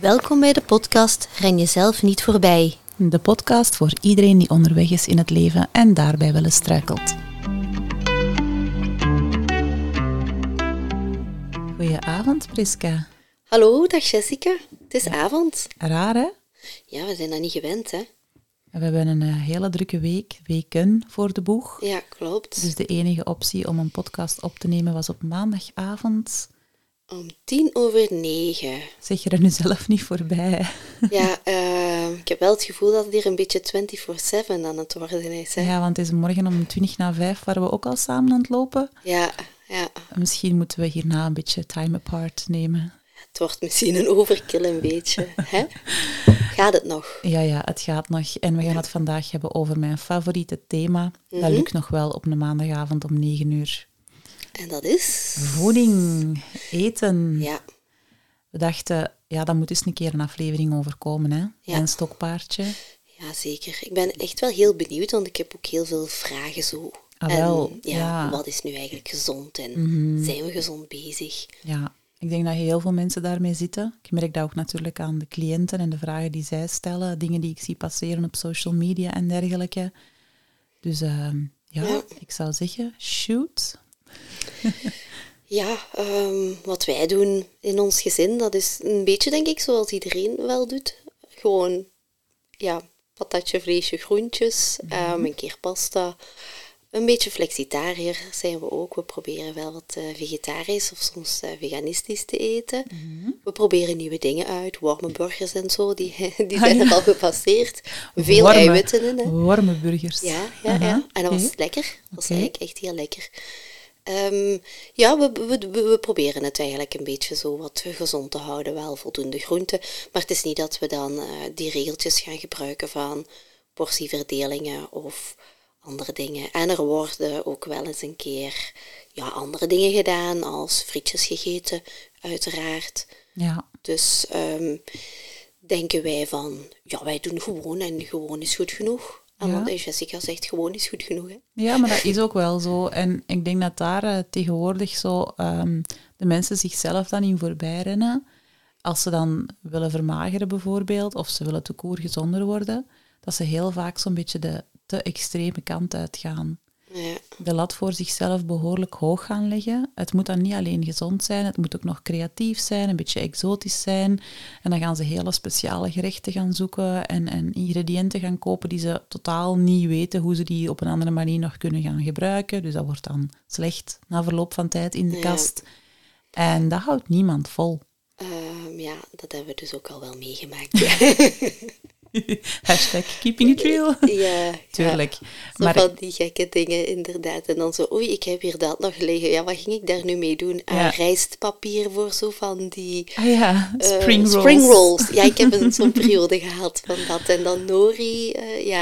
Welkom bij de podcast Ren jezelf niet voorbij. De podcast voor iedereen die onderweg is in het leven en daarbij wel eens struikelt. Goedenavond, Priska. Hallo, dag Jessica. Het is avond. Raar, hè? Ja, we zijn dat niet gewend, hè? We hebben een hele drukke weken voor de boeg. Ja, klopt. Dus de enige optie om een podcast op te nemen was op maandagavond. Om 9:10. Zeg je er nu zelf niet voorbij? Ja, ik heb wel het gevoel dat het hier een beetje 24/7 aan het worden is, hè? Ja, want het is morgen om 4:20 waren we ook al samen aan het lopen. Ja. Misschien moeten we hierna een beetje time apart nemen. Het wordt misschien een overkill een beetje, hè? Gaat het nog? Ja, het gaat nog. En we gaan het vandaag hebben over mijn favoriete thema. Dat lukt nog wel op een maandagavond om 9:00. En dat is? Voeding, eten. Ja. We dachten, ja, daar moet eens een keer een aflevering over komen, hè? Ja. Een stokpaardje. Ja, zeker. Ik ben echt wel heel benieuwd, want ik heb ook heel veel vragen zo. Ja. Wat is nu eigenlijk gezond en zijn we gezond bezig? Ja, ik denk dat heel veel mensen daarmee zitten. Ik merk dat ook natuurlijk aan de cliënten en de vragen die zij stellen, dingen die ik zie passeren op social media en dergelijke. Dus ik zou zeggen, shoot. Ja, wat wij doen in ons gezin, dat is een beetje, denk ik, zoals iedereen wel doet. Gewoon, ja, patatje, vleesje, groentjes, een keer pasta. Een beetje flexitariër zijn we ook. We proberen wel wat vegetarisch of soms veganistisch te eten. We proberen nieuwe dingen uit, warme burgers en zo, die zijn er al gepasseerd. Veel eiwitten in. Hè. Warme burgers. Ja. En dat was lekker. Dat was eigenlijk echt heel lekker. We proberen het eigenlijk een beetje zo wat gezond te houden, wel voldoende groenten. Maar het is niet dat we dan die regeltjes gaan gebruiken van portieverdelingen of andere dingen. En er worden ook wel eens een keer andere dingen gedaan, als frietjes gegeten, uiteraard. Ja. Dus denken wij van, wij doen gewoon en gewoon is goed genoeg. En Jessica zegt, gewoon is goed genoeg. Hè? Ja, maar dat is ook wel zo. En ik denk dat daar tegenwoordig zo de mensen zichzelf dan in voorbij rennen. Als ze dan willen vermageren bijvoorbeeld, of ze willen te koer gezonder worden, dat ze heel vaak zo'n beetje de te extreme kant uitgaan. Ja. De lat voor zichzelf behoorlijk hoog gaan leggen. Het moet dan niet alleen gezond zijn, het moet ook nog creatief zijn, een beetje exotisch zijn. En dan gaan ze hele speciale gerechten gaan zoeken en ingrediënten gaan kopen die ze totaal niet weten hoe ze die op een andere manier nog kunnen gaan gebruiken. Dus dat wordt dan slecht na verloop van tijd in de kast. En dat houdt niemand vol. Dat hebben we dus ook al wel meegemaakt. Hashtag keeping it real. Ja, tuurlijk. Zo maar van die gekke dingen, inderdaad. En dan zo, oei, ik heb hier dat nog liggen. Ja, wat ging ik daar nu mee doen? Rijstpapier voor zo van die... Spring rolls. Ja, ik heb zo'n periode gehad van dat. En dan nori,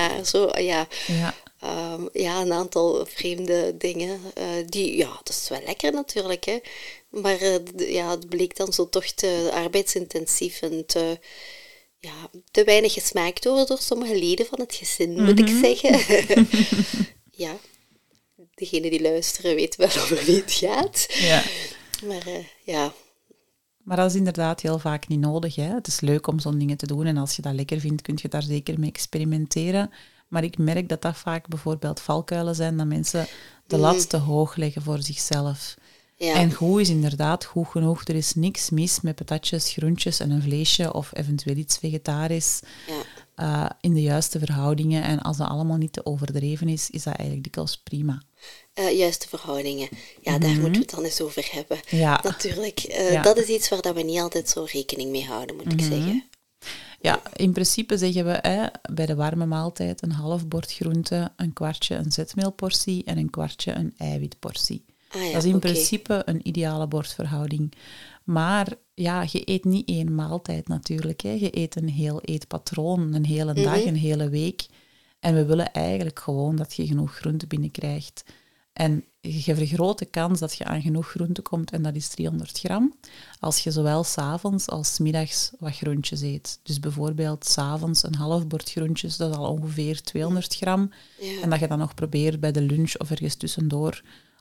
een aantal vreemde dingen. Dat is wel lekker natuurlijk, hè. Maar het bleek dan zo toch te arbeidsintensief en te weinig gesmaakt door sommige leden van het gezin, moet ik zeggen. Ja, degene die luisteren weet wel over wie het gaat. Ja. Maar Maar dat is inderdaad heel vaak niet nodig. Hè? Het is leuk om zo'n dingen te doen en als je dat lekker vindt, kun je daar zeker mee experimenteren. Maar ik merk dat dat vaak bijvoorbeeld valkuilen zijn, dat mensen de lat te hoog leggen voor zichzelf. Ja. En goed is inderdaad goed genoeg. Er is niks mis met patatjes, groentjes en een vleesje of eventueel iets vegetarisch in de juiste verhoudingen. En als dat allemaal niet te overdreven is, is dat eigenlijk dikwijls prima. Juiste verhoudingen. Ja, daar moeten we het dan eens over hebben. Ja. Natuurlijk. Dat is iets waar dat we niet altijd zo rekening mee houden, moet ik zeggen. Ja, in principe zeggen we bij de warme maaltijd een half bord groente, een kwartje een zetmeelportie en een kwartje een eiwitportie. Dat is in principe een ideale bordverhouding. Maar je eet niet één maaltijd natuurlijk. Hè. Je eet een heel eetpatroon, een hele dag, een hele week. En we willen eigenlijk gewoon dat je genoeg groente binnenkrijgt. En je vergroot de kans dat je aan genoeg groente komt, en dat is 300 gram, als je zowel 's avonds als 's middags wat groentjes eet. Dus bijvoorbeeld 's avonds een half bord groentjes, dat is al ongeveer 200 gram. Ja. En dat je dan nog probeert bij de lunch of ergens tussendoor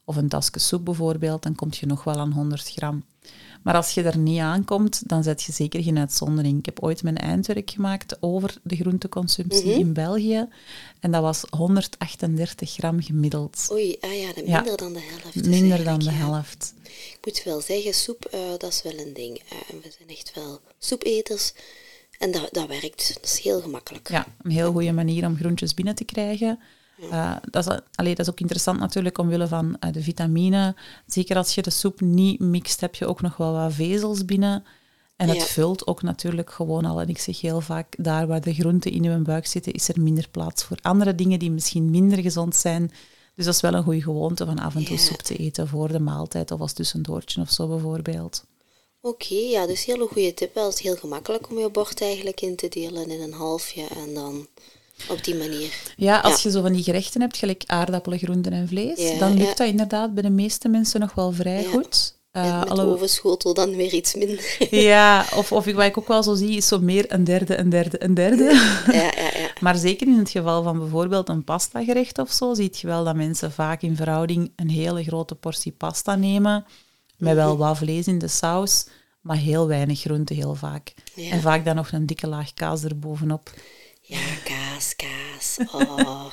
of een tasje soep bijvoorbeeld, dan kom je nog wel aan 100 gram. Maar als je er niet aankomt, dan zet je zeker geen uitzondering. Ik heb ooit mijn eindwerk gemaakt over de groenteconsumptie in België. En dat was 138 gram gemiddeld. Oei, dat minder dan de helft. Dus minder dan de helft. Ik moet wel zeggen, soep, dat is wel een ding. We zijn echt wel soepeters. En dat werkt. Dat is heel gemakkelijk. Ja, een heel goede manier om groentjes binnen te krijgen. Dat is ook interessant natuurlijk omwille van de vitamine. Zeker als je de soep niet mixt, heb je ook nog wel wat vezels binnen. En het vult ook natuurlijk gewoon al. En ik zeg heel vaak, daar waar de groenten in je buik zitten, is er minder plaats voor andere dingen die misschien minder gezond zijn. Dus dat is wel een goede gewoonte van af en toe soep te eten voor de maaltijd of als tussendoortje of zo bijvoorbeeld. Oké, dus heel goede tip. Het is heel gemakkelijk om je bord eigenlijk in te delen in een halfje en dan op die manier. Ja, als je zo van die gerechten hebt, gelijk aardappelen, groenten en vlees, dan lukt dat inderdaad bij de meeste mensen nog wel vrij goed. Met de ovenschotel dan weer iets minder. Ja, of wat ik ook wel zo zie, is zo meer een derde. Ja. Maar zeker in het geval van bijvoorbeeld een pastagerecht of zo, zie je wel dat mensen vaak in verhouding een hele grote portie pasta nemen, met wel wat vlees in de saus, maar heel weinig groente heel vaak. Ja. En vaak dan nog een dikke laag kaas erbovenop. Ja, kaas. Oh.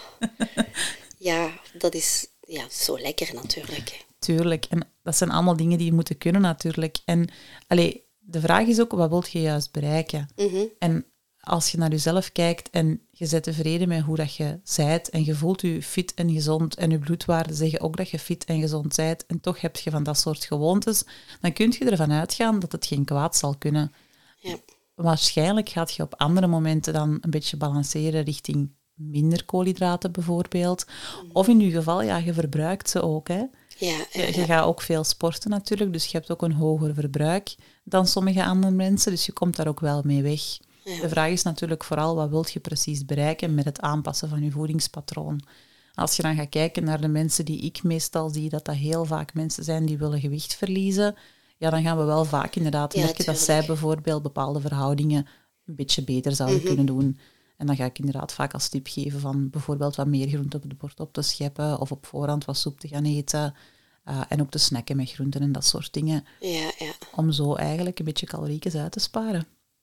Ja, dat is zo lekker natuurlijk. Tuurlijk. En dat zijn allemaal dingen die je moeten kunnen natuurlijk. En de vraag is ook, wat wil je juist bereiken? En als je naar jezelf kijkt en je bent tevreden met hoe dat je zijt en je voelt je fit en gezond en je bloedwaarden zeggen ook dat je fit en gezond zijt en toch heb je van dat soort gewoontes, dan kun je ervan uitgaan dat het geen kwaad zal kunnen. Ja. Waarschijnlijk gaat je op andere momenten dan een beetje balanceren richting minder koolhydraten bijvoorbeeld. Of in je geval, je verbruikt ze ook, hè. Je gaat ook veel sporten natuurlijk, dus je hebt ook een hoger verbruik dan sommige andere mensen, dus je komt daar ook wel mee weg. Ja. De vraag is natuurlijk vooral, wat wil je precies bereiken met het aanpassen van je voedingspatroon? Als je dan gaat kijken naar de mensen die ik meestal zie, dat heel vaak mensen zijn die willen gewicht verliezen, dan gaan we wel vaak inderdaad merken dat zij bijvoorbeeld bepaalde verhoudingen een beetje beter zouden kunnen doen. En dan ga ik inderdaad vaak als tip geven van bijvoorbeeld wat meer groente op het bord op te scheppen of op voorhand wat soep te gaan eten en ook te snacken met groenten en dat soort dingen. Ja. Om zo eigenlijk een beetje calorietjes uit te sparen.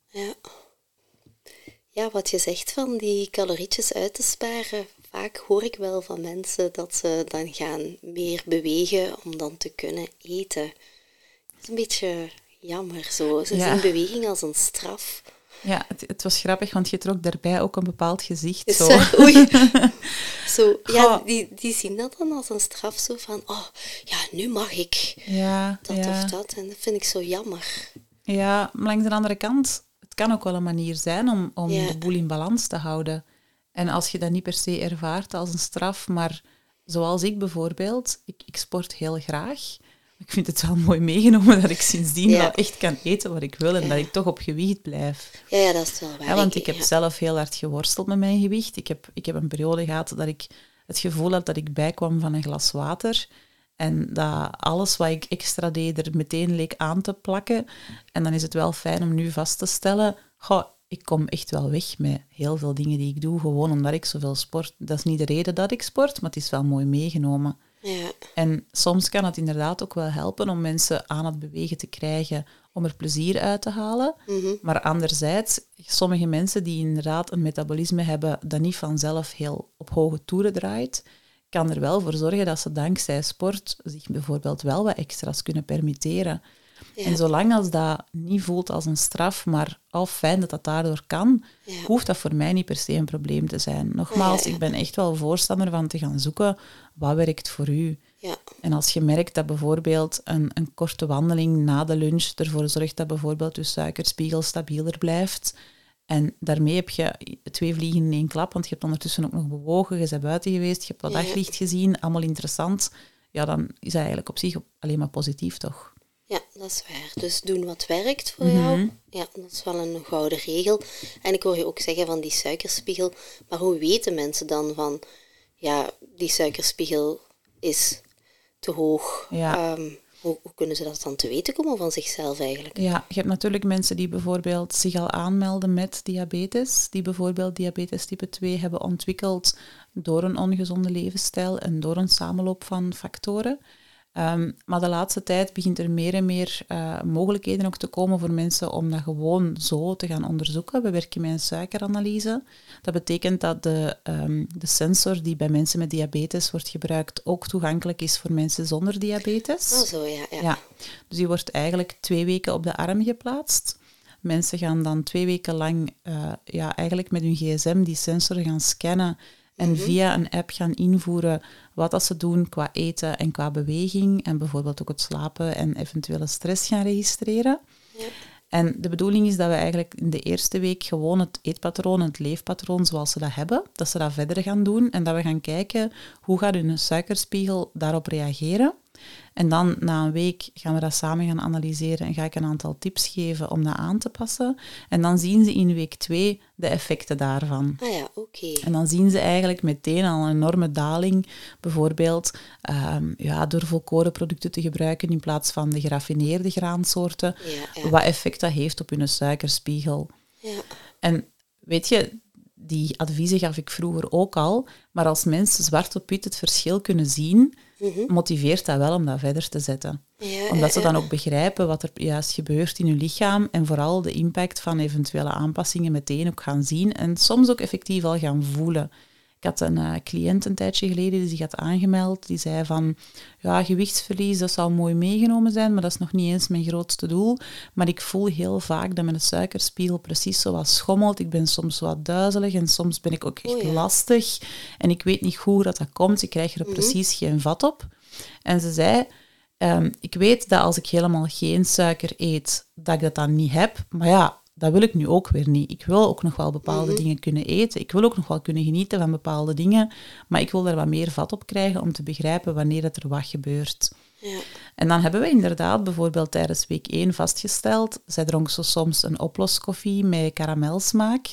Ja, wat je zegt van die calorietjes uit te sparen, vaak hoor ik wel van mensen dat ze dan gaan meer bewegen om dan te kunnen eten. Dat is een beetje jammer zo. Ze zien beweging als een straf. Ja, het was grappig, want je trok daarbij ook een bepaald gezicht. Zo. Oei. Zo, die zien dat dan als een straf, zo van, nu mag ik dat of dat. En dat vind ik zo jammer. Ja, maar langs de andere kant, het kan ook wel een manier zijn om de boel in balans te houden. En als je dat niet per se ervaart als een straf, maar zoals ik bijvoorbeeld, ik sport heel graag. Ik vind het wel mooi meegenomen dat ik sindsdien wel echt kan eten wat ik wil en dat ik toch op gewicht blijf. Ja, dat is wel waar. Ja, want ik heb zelf heel hard geworsteld met mijn gewicht. Ik heb een periode gehad dat ik het gevoel had dat ik bijkwam van een glas water en dat alles wat ik extra deed er meteen leek aan te plakken. En dan is het wel fijn om nu vast te stellen, ik kom echt wel weg met heel veel dingen die ik doe, gewoon omdat ik zoveel sport. Dat is niet de reden dat ik sport, maar het is wel mooi meegenomen. Ja. En soms kan het inderdaad ook wel helpen om mensen aan het bewegen te krijgen om er plezier uit te halen. Maar anderzijds, sommige mensen die inderdaad een metabolisme hebben dat niet vanzelf heel op hoge toeren draait, kan er wel voor zorgen dat ze dankzij sport zich bijvoorbeeld wel wat extra's kunnen permitteren. Ja. En zolang als dat niet voelt als een straf, maar fijn dat dat daardoor kan, hoeft dat voor mij niet per se een probleem te zijn. Nogmaals, ik ben echt wel voorstander van te gaan zoeken, wat werkt voor u? Ja. En als je merkt dat bijvoorbeeld een korte wandeling na de lunch ervoor zorgt dat bijvoorbeeld je suikerspiegel stabieler blijft, en daarmee heb je 2 vliegen in 1 klap, want je hebt ondertussen ook nog bewogen, je bent buiten geweest, je hebt wat daglicht gezien, allemaal interessant, dan is dat eigenlijk op zich alleen maar positief, toch? Ja, dat is waar. Dus doen wat werkt voor jou. Ja, dat is wel een gouden regel. En ik hoor je ook zeggen van die suikerspiegel. Maar hoe weten mensen dan van, die suikerspiegel is te hoog? Ja. Hoe kunnen ze dat dan te weten komen van zichzelf eigenlijk? Ja, je hebt natuurlijk mensen die bijvoorbeeld zich al aanmelden met diabetes, die bijvoorbeeld diabetes type 2 hebben ontwikkeld door een ongezonde levensstijl en door een samenloop van factoren. Maar de laatste tijd begint er meer en meer mogelijkheden ook te komen voor mensen om dat gewoon zo te gaan onderzoeken. We werken met een suikeranalyse. Dat betekent dat de sensor die bij mensen met diabetes wordt gebruikt ook toegankelijk is voor mensen zonder diabetes. Oh, zo, ja. Dus die wordt eigenlijk 2 weken op de arm geplaatst. Mensen gaan dan 2 weken lang eigenlijk met hun gsm die sensor gaan scannen en via een app gaan invoeren wat dat ze doen qua eten en qua beweging en bijvoorbeeld ook het slapen en eventuele stress gaan registreren. Ja. En de bedoeling is dat we eigenlijk in de eerste week gewoon het eetpatroon en het leefpatroon zoals ze dat hebben, dat ze dat verder gaan doen en dat we gaan kijken hoe gaat hun suikerspiegel daarop reageren. En dan na een week gaan we dat samen gaan analyseren en ga ik een aantal tips geven om dat aan te passen. En dan zien ze in week 2 de effecten daarvan. Ah ja, oké. En dan zien ze eigenlijk meteen al een enorme daling. Bijvoorbeeld door volkorenproducten te gebruiken in plaats van de geraffineerde graansoorten. Ja. Wat effect dat heeft op hun suikerspiegel. Ja. En weet je, die adviezen gaf ik vroeger ook al. Maar als mensen zwart op wit het verschil kunnen zien, motiveert dat wel om dat verder te zetten. Ja, omdat ze dan ook begrijpen wat er juist gebeurt in hun lichaam en vooral de impact van eventuele aanpassingen meteen ook gaan zien en soms ook effectief al gaan voelen. Ik had een cliënt een tijdje geleden die zich had aangemeld. Die zei van, gewichtsverlies, dat zou mooi meegenomen zijn, maar dat is nog niet eens mijn grootste doel. Maar ik voel heel vaak dat mijn suikerspiegel precies zo wat schommelt. Ik ben soms wat duizelig en soms ben ik ook echt lastig. En ik weet niet hoe dat komt. Ik krijg er precies geen vat op. En ze zei, ik weet dat als ik helemaal geen suiker eet, dat ik dat dan niet heb. Maar ja, dat wil ik nu ook weer niet. Ik wil ook nog wel bepaalde dingen kunnen eten. Ik wil ook nog wel kunnen genieten van bepaalde dingen. Maar ik wil daar wat meer vat op krijgen om te begrijpen wanneer dat er wat gebeurt. Ja. En dan hebben we inderdaad bijvoorbeeld tijdens week 1 vastgesteld. Zij dronk zo soms een oploskoffie met karamelsmaak.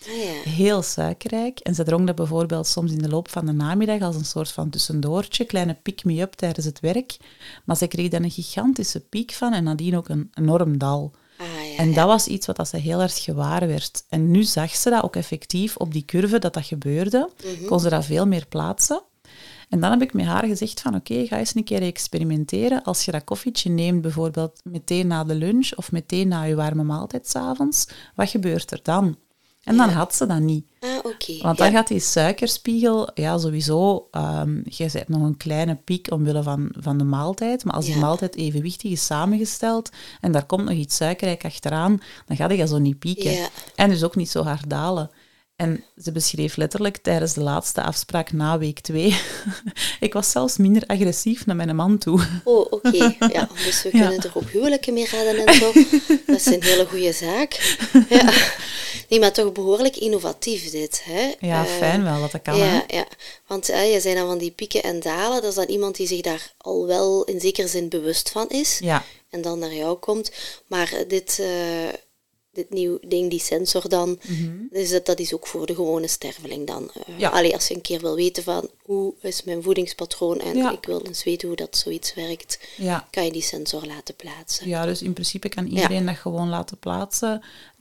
Heel suikerrijk. En ze dronk dat bijvoorbeeld soms in de loop van de namiddag als een soort van tussendoortje, kleine pick-me-up tijdens het werk. Maar ze kreeg daar een gigantische piek van en nadien ook een enorm dal. En dat was iets wat ze heel erg gewaar werd. En nu zag ze dat ook effectief op die curve dat gebeurde. Kon ze dat veel meer plaatsen. En dan heb ik met haar gezegd van oké, ga eens een keer experimenteren. Als je dat koffietje neemt, bijvoorbeeld meteen na de lunch of meteen na je warme maaltijd 's avonds, wat gebeurt er dan? En dan had ze dat niet. Want dan gaat die suikerspiegel, sowieso, je hebt nog een kleine piek omwille van de maaltijd, maar als die maaltijd evenwichtig is samengesteld en daar komt nog iets suikerrijk achteraan, dan gaat je zo niet pieken. Ja. En dus ook niet zo hard dalen. En ze beschreef letterlijk tijdens de laatste afspraak na week 2, ik was zelfs minder agressief naar mijn man toe. Oh, oké. Ja, dus we kunnen er ook huwelijken mee raden en zo. Dat is een hele goede zaak. Ja. Nee, maar toch behoorlijk innovatief dit. Hè? Ja, fijn wel dat kan. Ja, want je zei dan van die pieken en dalen, dat is dan iemand die zich daar al wel in zekere zin bewust van is. Ja. En dan naar jou komt. Maar dit nieuw ding, die sensor dan, dat is ook voor de gewone sterveling dan. Als je een keer wil weten van hoe is mijn voedingspatroon en ik wil eens weten hoe dat zoiets werkt, kan je die sensor laten plaatsen. Ja, dus in principe kan iedereen dat gewoon laten plaatsen.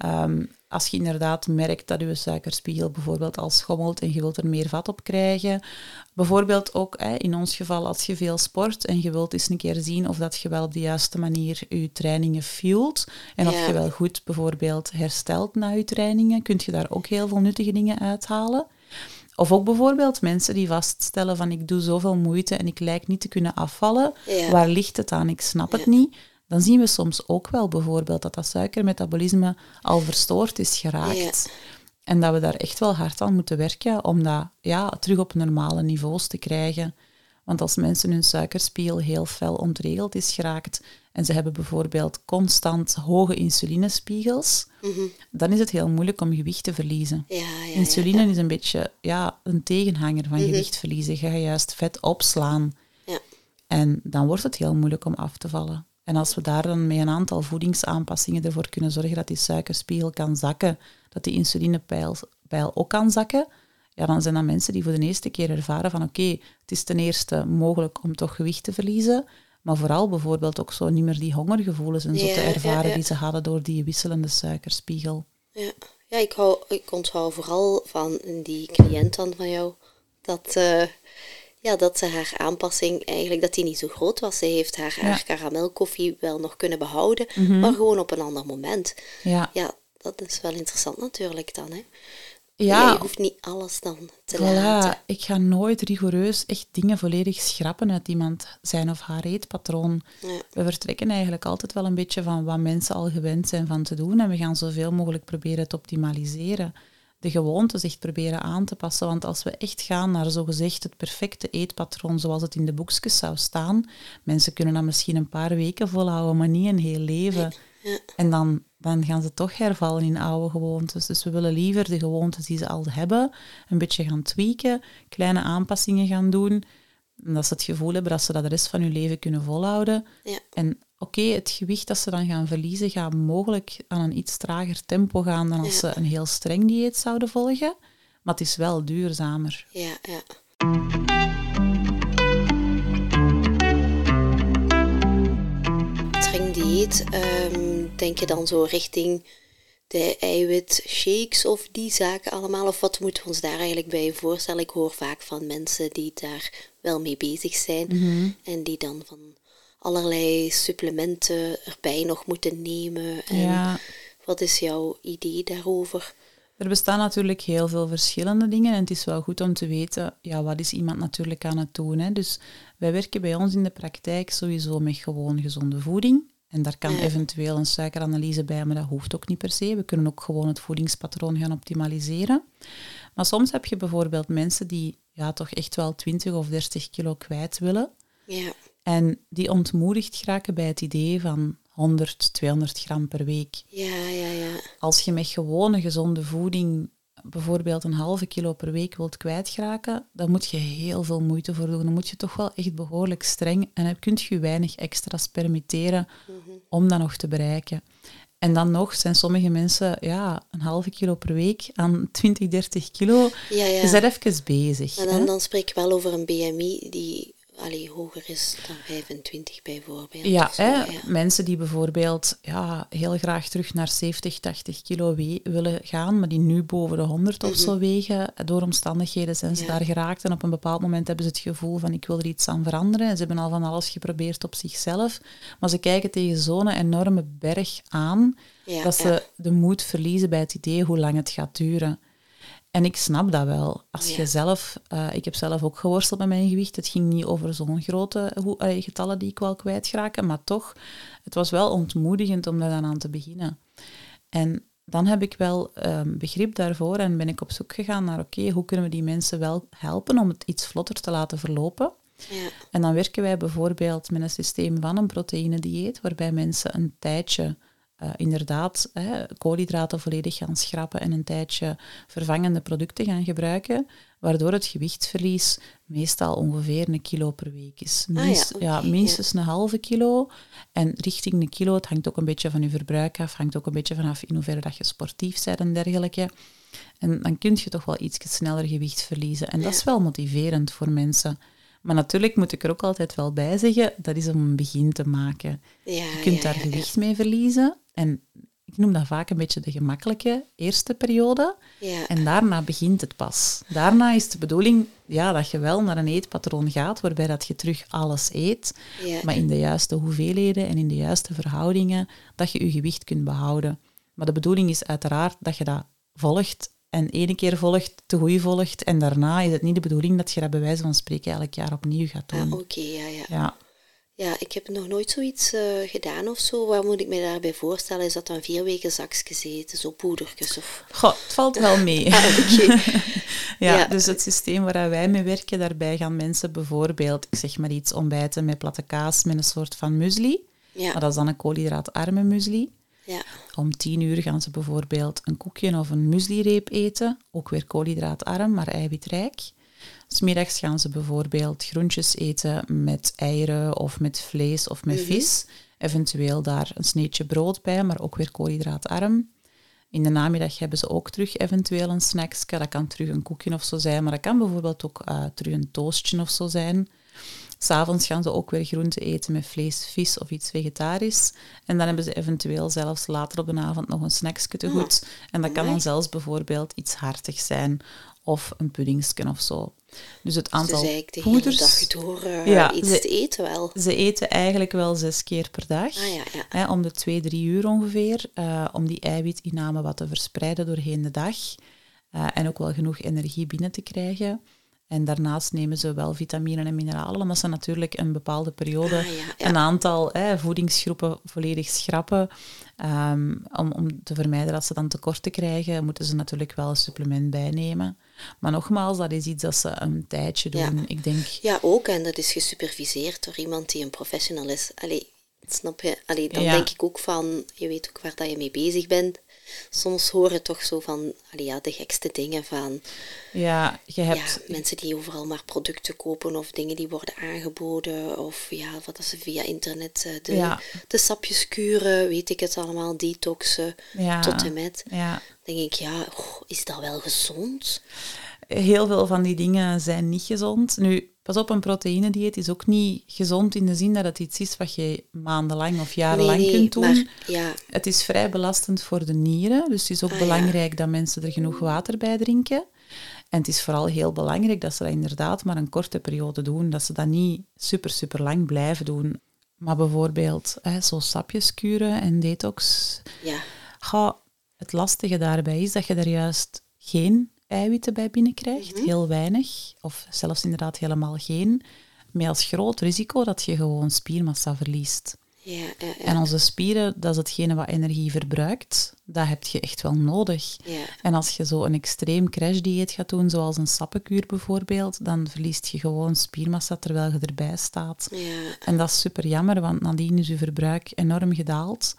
Als je inderdaad merkt dat je suikerspiegel bijvoorbeeld al schommelt en je wilt er meer vat op krijgen. Bijvoorbeeld ook in ons geval als je veel sport en je wilt eens een keer zien of dat je wel op de juiste manier je trainingen fuelt. En of je wel goed bijvoorbeeld herstelt na je trainingen, kun je daar ook heel veel nuttige dingen uithalen. Of ook bijvoorbeeld mensen die vaststellen van ik doe zoveel moeite en ik lijk niet te kunnen afvallen. Ja. Waar ligt het aan? Ik snap het niet. Dan zien we soms ook wel bijvoorbeeld dat suikermetabolisme al verstoord is geraakt. Ja. En dat we daar echt wel hard aan moeten werken om dat terug op normale niveaus te krijgen. Want als mensen hun suikerspiegel heel fel ontregeld is geraakt en ze hebben bijvoorbeeld constant hoge insulinespiegels, dan is het heel moeilijk om gewicht te verliezen. Insuline is een beetje een tegenhanger van gewicht verliezen. Je gaat juist vet opslaan. Ja. En dan wordt het heel moeilijk om af te vallen. En als we daar dan met een aantal voedingsaanpassingen ervoor kunnen zorgen dat die suikerspiegel kan zakken, dat die insulinepeil ook kan zakken, dan zijn dat mensen die voor de eerste keer ervaren van oké, het is ten eerste mogelijk om toch gewicht te verliezen, maar vooral bijvoorbeeld ook zo niet meer die hongergevoelens en zo te ervaren die ze hadden door die wisselende suikerspiegel. Ja, ik onthoud vooral van die cliënt dan van jou, dat ja, dat ze haar aanpassing eigenlijk, dat die niet zo groot was. Ze heeft haar karamelkoffie wel nog kunnen behouden, maar gewoon op een ander moment. Ja. Ja, dat is wel interessant natuurlijk dan, hè. Ja. Je hoeft niet alles dan te laten. Ik ga nooit rigoureus echt dingen volledig schrappen uit iemand zijn of haar eetpatroon. Ja. We vertrekken eigenlijk altijd wel een beetje van wat mensen al gewend zijn van te doen en we gaan zoveel mogelijk proberen te optimaliseren. De gewoontes echt proberen aan te passen, want als we echt gaan naar zogezegd het perfecte eetpatroon zoals het in de boekjes zou staan, mensen kunnen dat misschien een paar weken volhouden, maar niet een heel leven. Ja. En dan gaan ze toch hervallen in oude gewoontes. Dus we willen liever de gewoontes die ze al hebben een beetje gaan tweaken, kleine aanpassingen gaan doen, dat ze het gevoel hebben dat ze dat de rest van hun leven kunnen volhouden. Ja. En het gewicht dat ze dan gaan verliezen gaat mogelijk aan een iets trager tempo gaan dan als ze een heel streng dieet zouden volgen. Maar het is wel duurzamer. Ja, ja. Streng dieet, denk je dan zo richting de eiwitshakes of die zaken allemaal? Of wat moeten we ons daar eigenlijk bij voorstellen? Ik hoor vaak van mensen die daar wel mee bezig zijn en die dan van allerlei supplementen erbij nog moeten nemen. En wat is jouw idee daarover? Er bestaan natuurlijk heel veel verschillende dingen en het is wel goed om te weten, wat is iemand natuurlijk aan het doen. Hè? Dus wij werken bij ons in de praktijk sowieso met gewoon gezonde voeding. En daar kan eventueel een suikeranalyse bij, maar dat hoeft ook niet per se. We kunnen ook gewoon het voedingspatroon gaan optimaliseren. Maar soms heb je bijvoorbeeld mensen die toch echt wel 20 of 30 kilo kwijt willen. Ja. En die ontmoedigd geraken bij het idee van 100, 200 gram per week. Ja. Als je met gewone gezonde voeding bijvoorbeeld een halve kilo per week wilt kwijtraken, dan moet je heel veel moeite voor doen. Dan moet je toch wel echt behoorlijk streng en dan kun je weinig extra's permitteren om dat nog te bereiken. En dan nog zijn sommige mensen een halve kilo per week aan 20, 30 kilo. Ja. Je bent even bezig. En dan spreek ik wel over een BMI die hoger is dan 25 bijvoorbeeld. Ja, mensen die bijvoorbeeld heel graag terug naar 70, 80 kilo willen gaan, maar die nu boven de 100 of zo wegen. Door omstandigheden zijn ze daar geraakt en op een bepaald moment hebben ze het gevoel van ik wil er iets aan veranderen. En ze hebben al van alles geprobeerd op zichzelf, maar ze kijken tegen zo'n enorme berg aan dat ze de moed verliezen bij het idee hoe lang het gaat duren. En ik snap dat wel. Als je zelf... ik heb zelf ook geworsteld met mijn gewicht. Het ging niet over zo'n grote getallen die ik wel kwijtraken, maar toch, het was wel ontmoedigend om daar dan aan te beginnen. En dan heb ik wel begrip daarvoor en ben ik op zoek gegaan naar, hoe kunnen we die mensen wel helpen om het iets vlotter te laten verlopen? Ja. En dan werken wij bijvoorbeeld met een systeem van een proteïnedieet, waarbij mensen een tijdje inderdaad koolhydraten volledig gaan schrappen en een tijdje vervangende producten gaan gebruiken, waardoor het gewichtsverlies meestal ongeveer 1 kilo per week is. Minstens een halve kilo en richting 1 kilo. Het hangt ook een beetje van je verbruik af, hangt ook een beetje vanaf in hoeverre dat je sportief bent en dergelijke. En dan kun je toch wel iets sneller gewicht verliezen. En dat is wel motiverend voor mensen. Maar natuurlijk moet ik er ook altijd wel bij zeggen, dat is om een begin te maken. Je kunt daar gewicht mee verliezen. En ik noem dat vaak een beetje de gemakkelijke eerste periode. Ja. En daarna begint het pas. Daarna is de bedoeling dat je wel naar een eetpatroon gaat, waarbij dat je terug alles eet, maar in de juiste hoeveelheden en in de juiste verhoudingen, dat je je gewicht kunt behouden. Maar de bedoeling is uiteraard dat je dat volgt en 1 keer volgt, te goed volgt. En daarna is het niet de bedoeling dat je dat bij wijze van spreken elk jaar opnieuw gaat doen. Ja, ik heb nog nooit zoiets gedaan of zo. Wat moet ik me daarbij voorstellen? Is dat dan 4 weken zakjes eten, zo poedertjes? Of... Goh, het valt wel mee. Dus het systeem waar wij mee werken, daarbij gaan mensen bijvoorbeeld, ik zeg maar iets, ontbijten met platte kaas met een soort van muesli. Ja. Maar dat is dan een koolhydraatarme muesli. Ja. Om 10 uur gaan ze bijvoorbeeld een koekje of een mueslireep eten. Ook weer koolhydraatarm, maar eiwitrijk. 'S Middags gaan ze bijvoorbeeld groentjes eten met eieren of met vlees of met vis. Eventueel daar een sneetje brood bij, maar ook weer koolhydraatarm. In de namiddag hebben ze ook terug eventueel een snacksje. Dat kan terug een koekje of zo zijn, maar dat kan bijvoorbeeld ook terug een toastje of zo zijn. 'S Avonds gaan ze ook weer groenten eten met vlees, vis of iets vegetarisch. En dan hebben ze eventueel zelfs later op de avond nog een snacksje te goed. En dat kan dan zelfs bijvoorbeeld iets hartigs zijn. of een puddingsken of zo. Dus het aantal dus eigenlijk de poeders... hele dag door iets te eten wel. Ze eten eigenlijk wel 6 keer per dag. Om de 2-3 uur ongeveer. Om die eiwitinname wat te verspreiden doorheen de dag. En ook wel genoeg energie binnen te krijgen. En daarnaast nemen ze wel vitamine en mineralen, omdat ze natuurlijk een bepaalde periode een aantal voedingsgroepen volledig schrappen. Om te vermijden dat ze dan tekorten krijgen, moeten ze natuurlijk wel een supplement bijnemen. Maar nogmaals, dat is iets dat ze een tijdje doen. Ja, Ik denk... ja ook. En dat is gesuperviseerd door iemand die een professional is. Allee, snap je? Allee, dan denk ik ook van, je weet ook waar dat je mee bezig bent. Soms horen toch zo van, de gekste dingen van... Ja, je hebt... mensen die overal maar producten kopen of dingen die worden aangeboden. Of wat ze via internet, de sapjes kuren, weet ik het allemaal, detoxen, tot en met. Ja. Dan denk ik, is dat wel gezond? Heel veel van die dingen zijn niet gezond. Nu, pas op, een proteïnedieet is ook niet gezond in de zin dat het iets is wat je maandenlang of jarenlang kunt doen. Maar, het is vrij belastend voor de nieren, dus het is ook belangrijk dat mensen er genoeg water bij drinken. En het is vooral heel belangrijk dat ze dat inderdaad maar een korte periode doen, dat ze dat niet super lang blijven doen. Maar bijvoorbeeld zo sapjes kuren en detox. Ja. Het lastige daarbij is dat je er juist geen eiwitten bij binnenkrijgt, heel weinig, of zelfs inderdaad helemaal geen, met als groot risico dat je gewoon spiermassa verliest. Ja. En onze spieren, dat is hetgene wat energie verbruikt, dat heb je echt wel nodig. Ja. En als je zo een extreem crashdieet gaat doen, zoals een sappenkuur bijvoorbeeld, dan verliest je gewoon spiermassa terwijl je erbij staat. Ja. En dat is super jammer, want nadien is je verbruik enorm gedaald.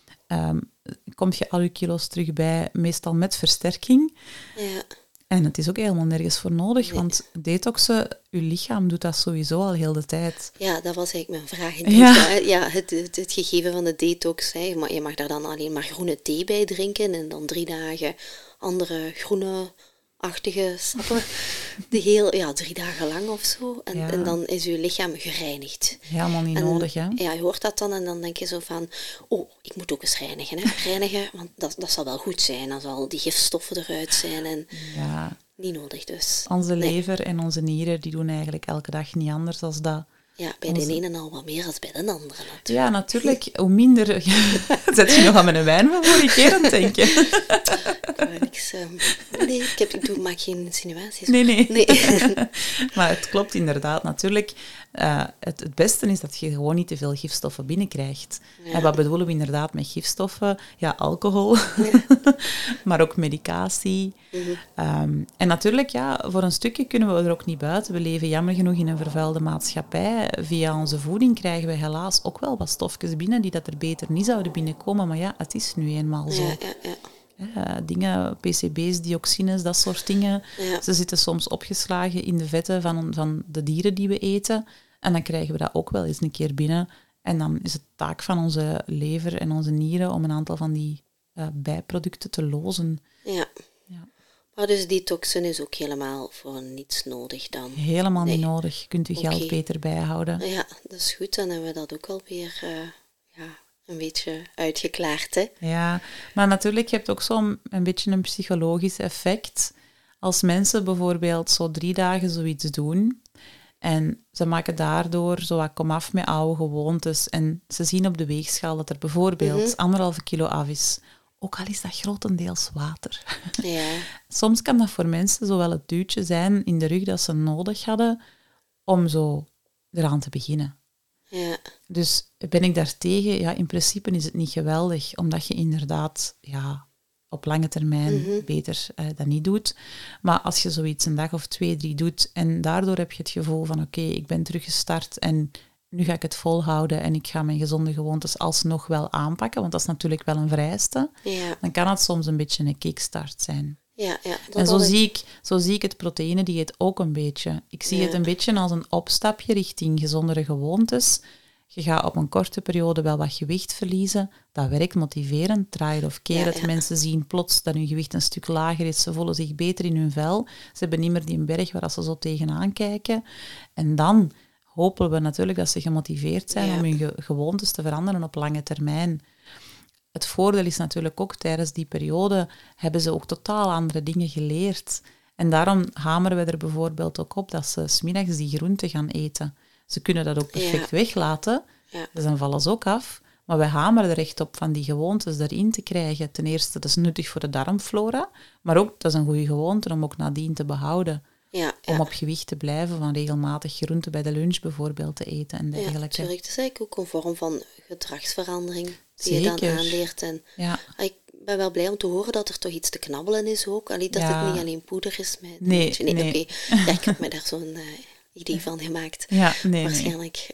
Kom je al je kilo's terug bij, meestal met versterking. Ja. En het is ook helemaal nergens voor nodig, want detoxen, je lichaam doet dat sowieso al heel de tijd. Ja, dat was eigenlijk mijn vraag. Het gegeven van de detox. Je mag daar dan alleen maar groene thee bij drinken en dan 3 dagen andere groene-achtige sappen. 3 dagen lang of zo. En dan is je lichaam gereinigd. Helemaal niet nodig, hè? Ja, je hoort dat dan en dan denk je zo van... ik moet ook eens reinigen, hè. Reinigen, want dat zal wel goed zijn als al die gifstoffen eruit zijn. En niet nodig dus. Onze lever en onze nieren, die doen eigenlijk elke dag niet anders dan dat. Ja, bij de ene al wat meer dan bij de andere natuurlijk. Ja, natuurlijk. Hoe minder... Zet je nog aan mijn wijn van vorige keer aan het denken? Ik maak geen insinuaties. Nee. Maar het klopt inderdaad. Natuurlijk, het beste is dat je gewoon niet te veel gifstoffen binnenkrijgt. Ja. En wat bedoelen we inderdaad met gifstoffen? Ja, alcohol, maar ook medicatie. Mm-hmm. En natuurlijk, voor een stukje kunnen we er ook niet buiten. We leven jammer genoeg in een vervuilde maatschappij. Via onze voeding krijgen we helaas ook wel wat stofjes binnen die dat er beter niet zouden binnenkomen. Maar het is nu eenmaal zo. Ja. Dingen, PCB's, dioxines, dat soort dingen. Ja. Ze zitten soms opgeslagen in de vetten van de dieren die we eten. En dan krijgen we dat ook wel eens een keer binnen. En dan is het taak van onze lever en onze nieren om een aantal van die bijproducten te lozen. Ja. Maar dus detoxen is ook helemaal voor niets nodig dan? Helemaal niet nodig. Je kunt je geld beter bijhouden. Ja, dat is goed. Dan hebben we dat ook alweer een beetje uitgeklaard, hè? Ja, maar natuurlijk, je hebt ook zo'n een beetje een psychologisch effect. Als mensen bijvoorbeeld zo 3 dagen zoiets doen en ze maken daardoor zo wat komaf met oude gewoontes en ze zien op de weegschaal dat er bijvoorbeeld 1,5 kilo af is. Ook al is dat grotendeels water. Ja. Soms kan dat voor mensen zo wel het duwtje zijn in de rug dat ze nodig hadden om zo eraan te beginnen. Ja. Dus ben ik daartegen? Ja, in principe is het niet geweldig, omdat je inderdaad op lange termijn beter dat niet doet. Maar als je zoiets een dag of 2, 3 doet en daardoor heb je het gevoel van oké, ik ben teruggestart en nu ga ik het volhouden en ik ga mijn gezonde gewoontes alsnog wel aanpakken, want dat is natuurlijk wel een vereiste. Ja. Dan kan het soms een beetje een kickstart zijn. Ja, en zo zie ik het proteïnedieet ook een beetje. Ik zie het een beetje als een opstapje richting gezondere gewoontes. Je gaat op een korte periode wel wat gewicht verliezen. Dat werkt motiverend, draai het of keer het. Mensen zien plots dat hun gewicht een stuk lager is. Ze voelen zich beter in hun vel. Ze hebben niet meer die berg waar ze zo tegenaan kijken. En dan hopen we natuurlijk dat ze gemotiveerd zijn om hun gewoontes te veranderen op lange termijn. Het voordeel is natuurlijk ook, tijdens die periode hebben ze ook totaal andere dingen geleerd. En daarom hameren we er bijvoorbeeld ook op dat ze 's middags die groenten gaan eten. Ze kunnen dat ook perfect weglaten, dus dan vallen ze ook af. Maar wij hameren er echt op van die gewoontes erin te krijgen. Ten eerste, dat is nuttig voor de darmflora, maar ook, dat is een goede gewoonte om ook nadien te behouden. Om op gewicht te blijven, van regelmatig groenten bij de lunch bijvoorbeeld te eten en dergelijke. Ja, natuurlijk. Dat is eigenlijk ook een vorm van gedragsverandering die je dan aanleert. En ik ben wel blij om te horen dat er toch iets te knabbelen is ook. Dat het niet alleen poeder is. Nee. Oké. Ja, ik heb me daar zo'n idee van gemaakt. Ja, waarschijnlijk.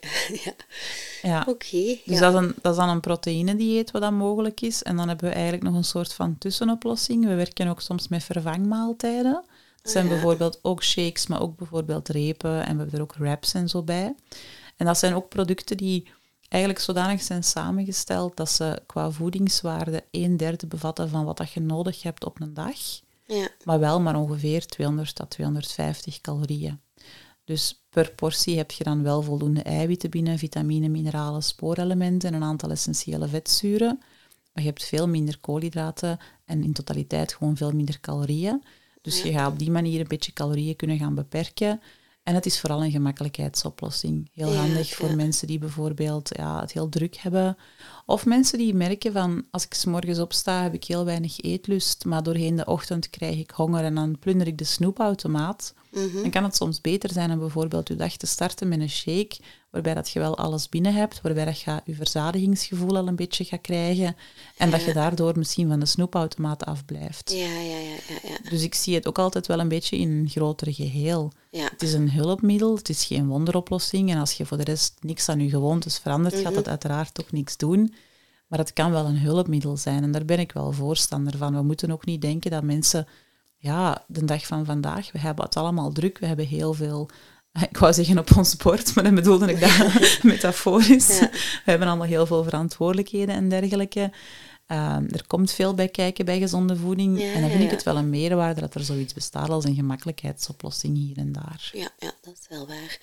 Oké. Dus dat is dan een proteïnedieet wat dan mogelijk is. En dan hebben we eigenlijk nog een soort van tussenoplossing. We werken ook soms met vervangmaaltijden. Dat zijn bijvoorbeeld ook shakes, maar ook bijvoorbeeld repen. En we hebben er ook wraps en zo bij. En dat zijn ook producten die eigenlijk zodanig zijn samengesteld dat ze qua voedingswaarde 1/3 bevatten van wat dat je nodig hebt op een dag. Maar wel maar ongeveer 200 tot 250 calorieën. Dus per portie heb je dan wel voldoende eiwitten binnen, vitamine, mineralen, spoorelementen en een aantal essentiële vetzuren. Maar je hebt veel minder koolhydraten en in totaliteit gewoon veel minder calorieën. Dus je gaat op die manier een beetje calorieën kunnen gaan beperken. En het is vooral een gemakkelijkheidsoplossing. Heel handig voor mensen die bijvoorbeeld het heel druk hebben. Of mensen die merken van, als ik 's morgens opsta, heb ik heel weinig eetlust, maar doorheen de ochtend krijg ik honger en dan plunder ik de snoepautomaat. Dan kan het soms beter zijn om bijvoorbeeld je dag te starten met een shake, waarbij dat je wel alles binnen hebt, waarbij dat je je verzadigingsgevoel al een beetje gaat krijgen en dat je daardoor misschien van de snoepautomaat afblijft. Ja. Dus ik zie het ook altijd wel een beetje in een groter geheel. Het is een hulpmiddel, het is geen wonderoplossing en als je voor de rest niks aan je gewoontes verandert, gaat dat uiteraard toch niks doen. Maar het kan wel een hulpmiddel zijn en daar ben ik wel voorstander van. We moeten ook niet denken dat mensen, de dag van vandaag, we hebben het allemaal druk, we hebben heel veel, ik wou zeggen op ons bord, maar dan bedoelde ik dat metaforisch. We hebben allemaal heel veel verantwoordelijkheden en dergelijke. Er komt veel bij kijken bij gezonde voeding. En dan vind ik het wel een meerwaarde dat er zoiets bestaat als een gemakkelijkheidsoplossing hier en daar. Ja, dat is wel waar.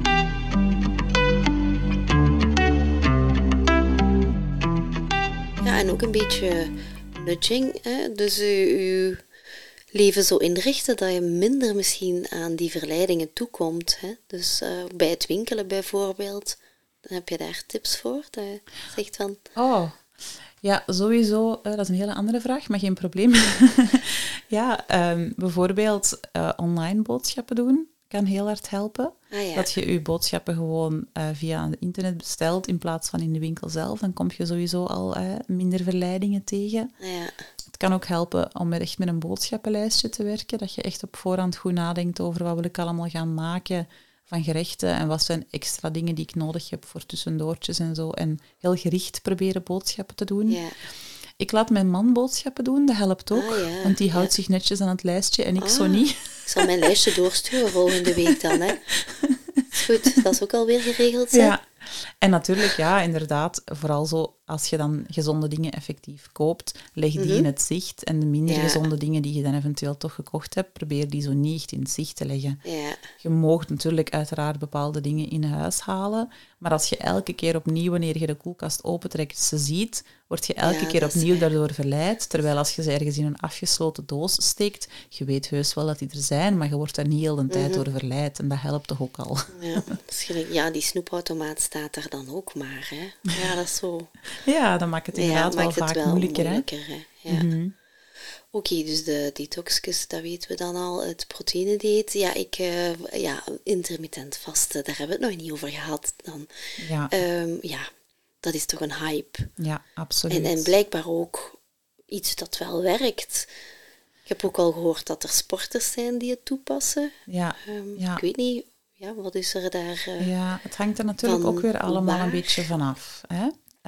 Ja, en ook een beetje nudging. Hè? Dus je leven zo inrichten dat je minder misschien aan die verleidingen toekomt. Hè? Dus bij het winkelen bijvoorbeeld, dan heb je daar tips voor? Dat je zegt van... Ja, sowieso. Dat is een hele andere vraag, maar geen probleem. Bijvoorbeeld online boodschappen doen kan heel hard helpen. Dat je je boodschappen gewoon via het internet bestelt in plaats van in de winkel zelf. Dan kom je sowieso al minder verleidingen tegen. Het kan ook helpen om echt met een boodschappenlijstje te werken. Dat je echt op voorhand goed nadenkt over wat wil ik allemaal gaan maken van gerechten en wat zijn extra dingen die ik nodig heb voor tussendoortjes en zo. En heel gericht proberen boodschappen te doen. Ik laat mijn man boodschappen doen, dat helpt ook. Want die houdt zich netjes aan het lijstje en ik zo niet. Ik zal mijn lijstje doorsturen volgende week dan. Hè. Is goed, dat is ook alweer geregeld. Hè? Ja. En natuurlijk, inderdaad, vooral zo als je dan gezonde dingen effectief koopt, leg die in het zicht. En de minder gezonde dingen die je dan eventueel toch gekocht hebt, probeer die zo niet echt in het zicht te leggen. Je mag natuurlijk uiteraard bepaalde dingen in huis halen, maar als je elke keer opnieuw, wanneer je de koelkast opentrekt, ze ziet, word je elke keer opnieuw daardoor verleid. Terwijl als je ze ergens in een afgesloten doos steekt, je weet heus wel dat die er zijn, maar je wordt daar niet heel de tijd door verleid. En dat helpt toch ook al. Die snoepautomaat staat daar dan ook maar. Hè? Ja, dat is zo... Ja, dat maakt het inderdaad wel vaak moeilijker. Hè? Ja. Oké, dus de detoxjes, dat weten we dan al. Het proteïnedieet, intermittent vasten, daar hebben we het nog niet over gehad. Dan. Dat is toch een hype. Ja, absoluut. En blijkbaar ook iets dat wel werkt. Ik heb ook al gehoord dat er sporters zijn die het toepassen. Ik weet niet, wat is er daar... het hangt er natuurlijk ook weer allemaal een beetje vanaf. Hè?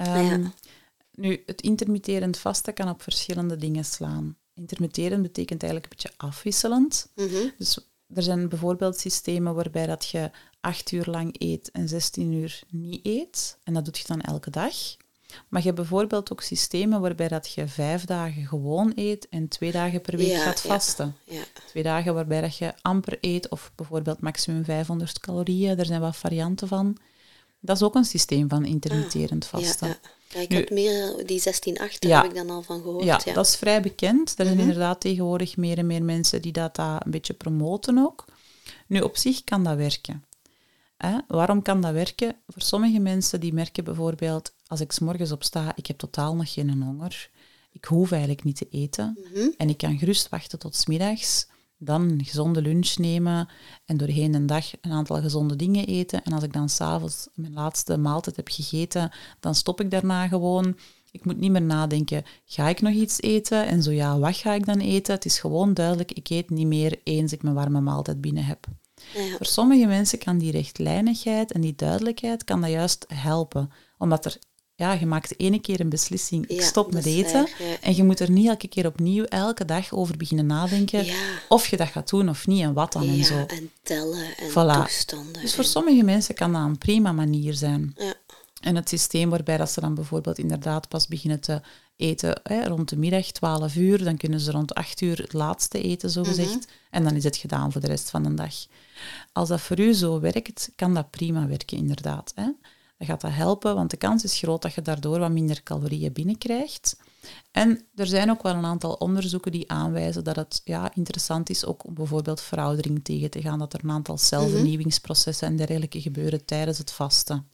Nu, het intermitterend vasten kan op verschillende dingen slaan. Intermitterend betekent eigenlijk een beetje afwisselend. Dus er zijn bijvoorbeeld systemen waarbij dat je 8 uur lang eet en 16 uur niet eet. En dat doe je dan elke dag. Maar je hebt bijvoorbeeld ook systemen waarbij dat je 5 dagen gewoon eet en 2 dagen per week gaat vasten. 2 dagen waarbij dat je amper eet of bijvoorbeeld maximum 500 calorieën. Er zijn wat varianten van. Dat is ook een systeem van intermitterend vasten. Ja, ik heb meer die 16-8, daar heb ik dan al van gehoord. Ja, dat is vrij bekend. Er zijn inderdaad tegenwoordig meer en meer mensen die dat een beetje promoten ook. Nu, op zich kan dat werken. Waarom kan dat werken? Voor sommige mensen die merken bijvoorbeeld, als ik 's morgens opsta, ik heb totaal nog geen honger. Ik hoef eigenlijk niet te eten. En ik kan gerust wachten tot 's middags. Dan een gezonde lunch nemen en doorheen de dag een aantal gezonde dingen eten. En als ik dan 's avonds mijn laatste maaltijd heb gegeten, dan stop ik daarna gewoon. Ik moet niet meer nadenken, ga ik nog iets eten? En zo ja, wat ga ik dan eten? Het is gewoon duidelijk, ik eet niet meer eens ik mijn warme maaltijd binnen heb. Ja. Voor sommige mensen kan die rechtlijnigheid en die duidelijkheid kan dat juist helpen. Omdat je maakt ene keer een beslissing, ik stop met eten. En je moet er niet elke keer opnieuw, elke dag over beginnen nadenken of je dat gaat doen of niet en wat dan en zo. En tellen en toestanden. Dus voor sommige mensen kan dat een prima manier zijn. Ja. En het systeem waarbij dat ze dan bijvoorbeeld inderdaad pas beginnen te eten rond de middag, 12 uur, dan kunnen ze rond 8 uur het laatste eten, zogezegd. En dan is het gedaan voor de rest van de dag. Als dat voor u zo werkt, kan dat prima werken, inderdaad. Dan gaat dat helpen, want de kans is groot dat je daardoor wat minder calorieën binnenkrijgt. En er zijn ook wel een aantal onderzoeken die aanwijzen dat het interessant is ook om bijvoorbeeld veroudering tegen te gaan, dat er een aantal celvernieuwingsprocessen en dergelijke gebeuren tijdens het vasten.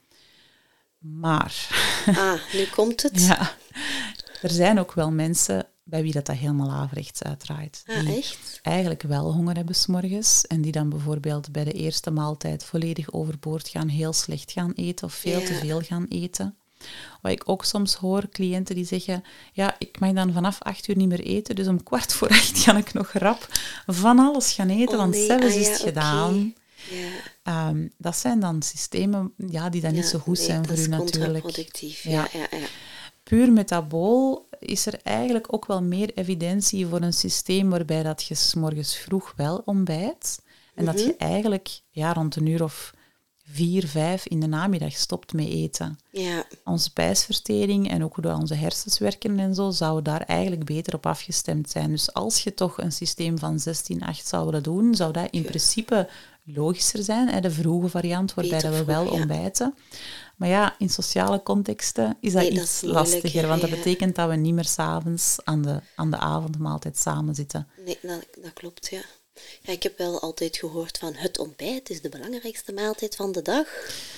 Maar... nu komt het. Ja, er zijn ook wel mensen bij wie dat helemaal averechts uitdraait. Die echt? eigenlijk wel honger hebben 's morgens en die dan bijvoorbeeld bij de eerste maaltijd volledig overboord gaan, heel slecht gaan eten of veel te veel gaan eten. Wat ik ook soms hoor, cliënten die zeggen, ik mag dan vanaf 8 uur niet meer eten, dus om 7:15 ga ik nog rap van alles gaan eten, want zelfs is het gedaan. Ja. Dat zijn dan systemen die dan niet zo goed zijn voor u natuurlijk. Dat is contraproductief. Ja. Puur metabool is er eigenlijk ook wel meer evidentie voor een systeem waarbij dat je 's morgens vroeg wel ontbijt en dat je eigenlijk rond een uur of 4, 5 in de namiddag stopt met eten. Ja. Onze spijsvertering en ook hoe onze hersens werken en zo, zouden daar eigenlijk beter op afgestemd zijn. Dus als je toch een systeem van 16-8 zou willen doen, zou dat in principe logischer zijn, de vroege variant, waarbij dat we wel ontbijten. Maar in sociale contexten is dat iets lastiger, want dat betekent dat we niet meer 's avonds aan de avondmaaltijd samen zitten. Nee, dat klopt, ja. Ja, ik heb wel altijd gehoord van het ontbijt is de belangrijkste maaltijd van de dag.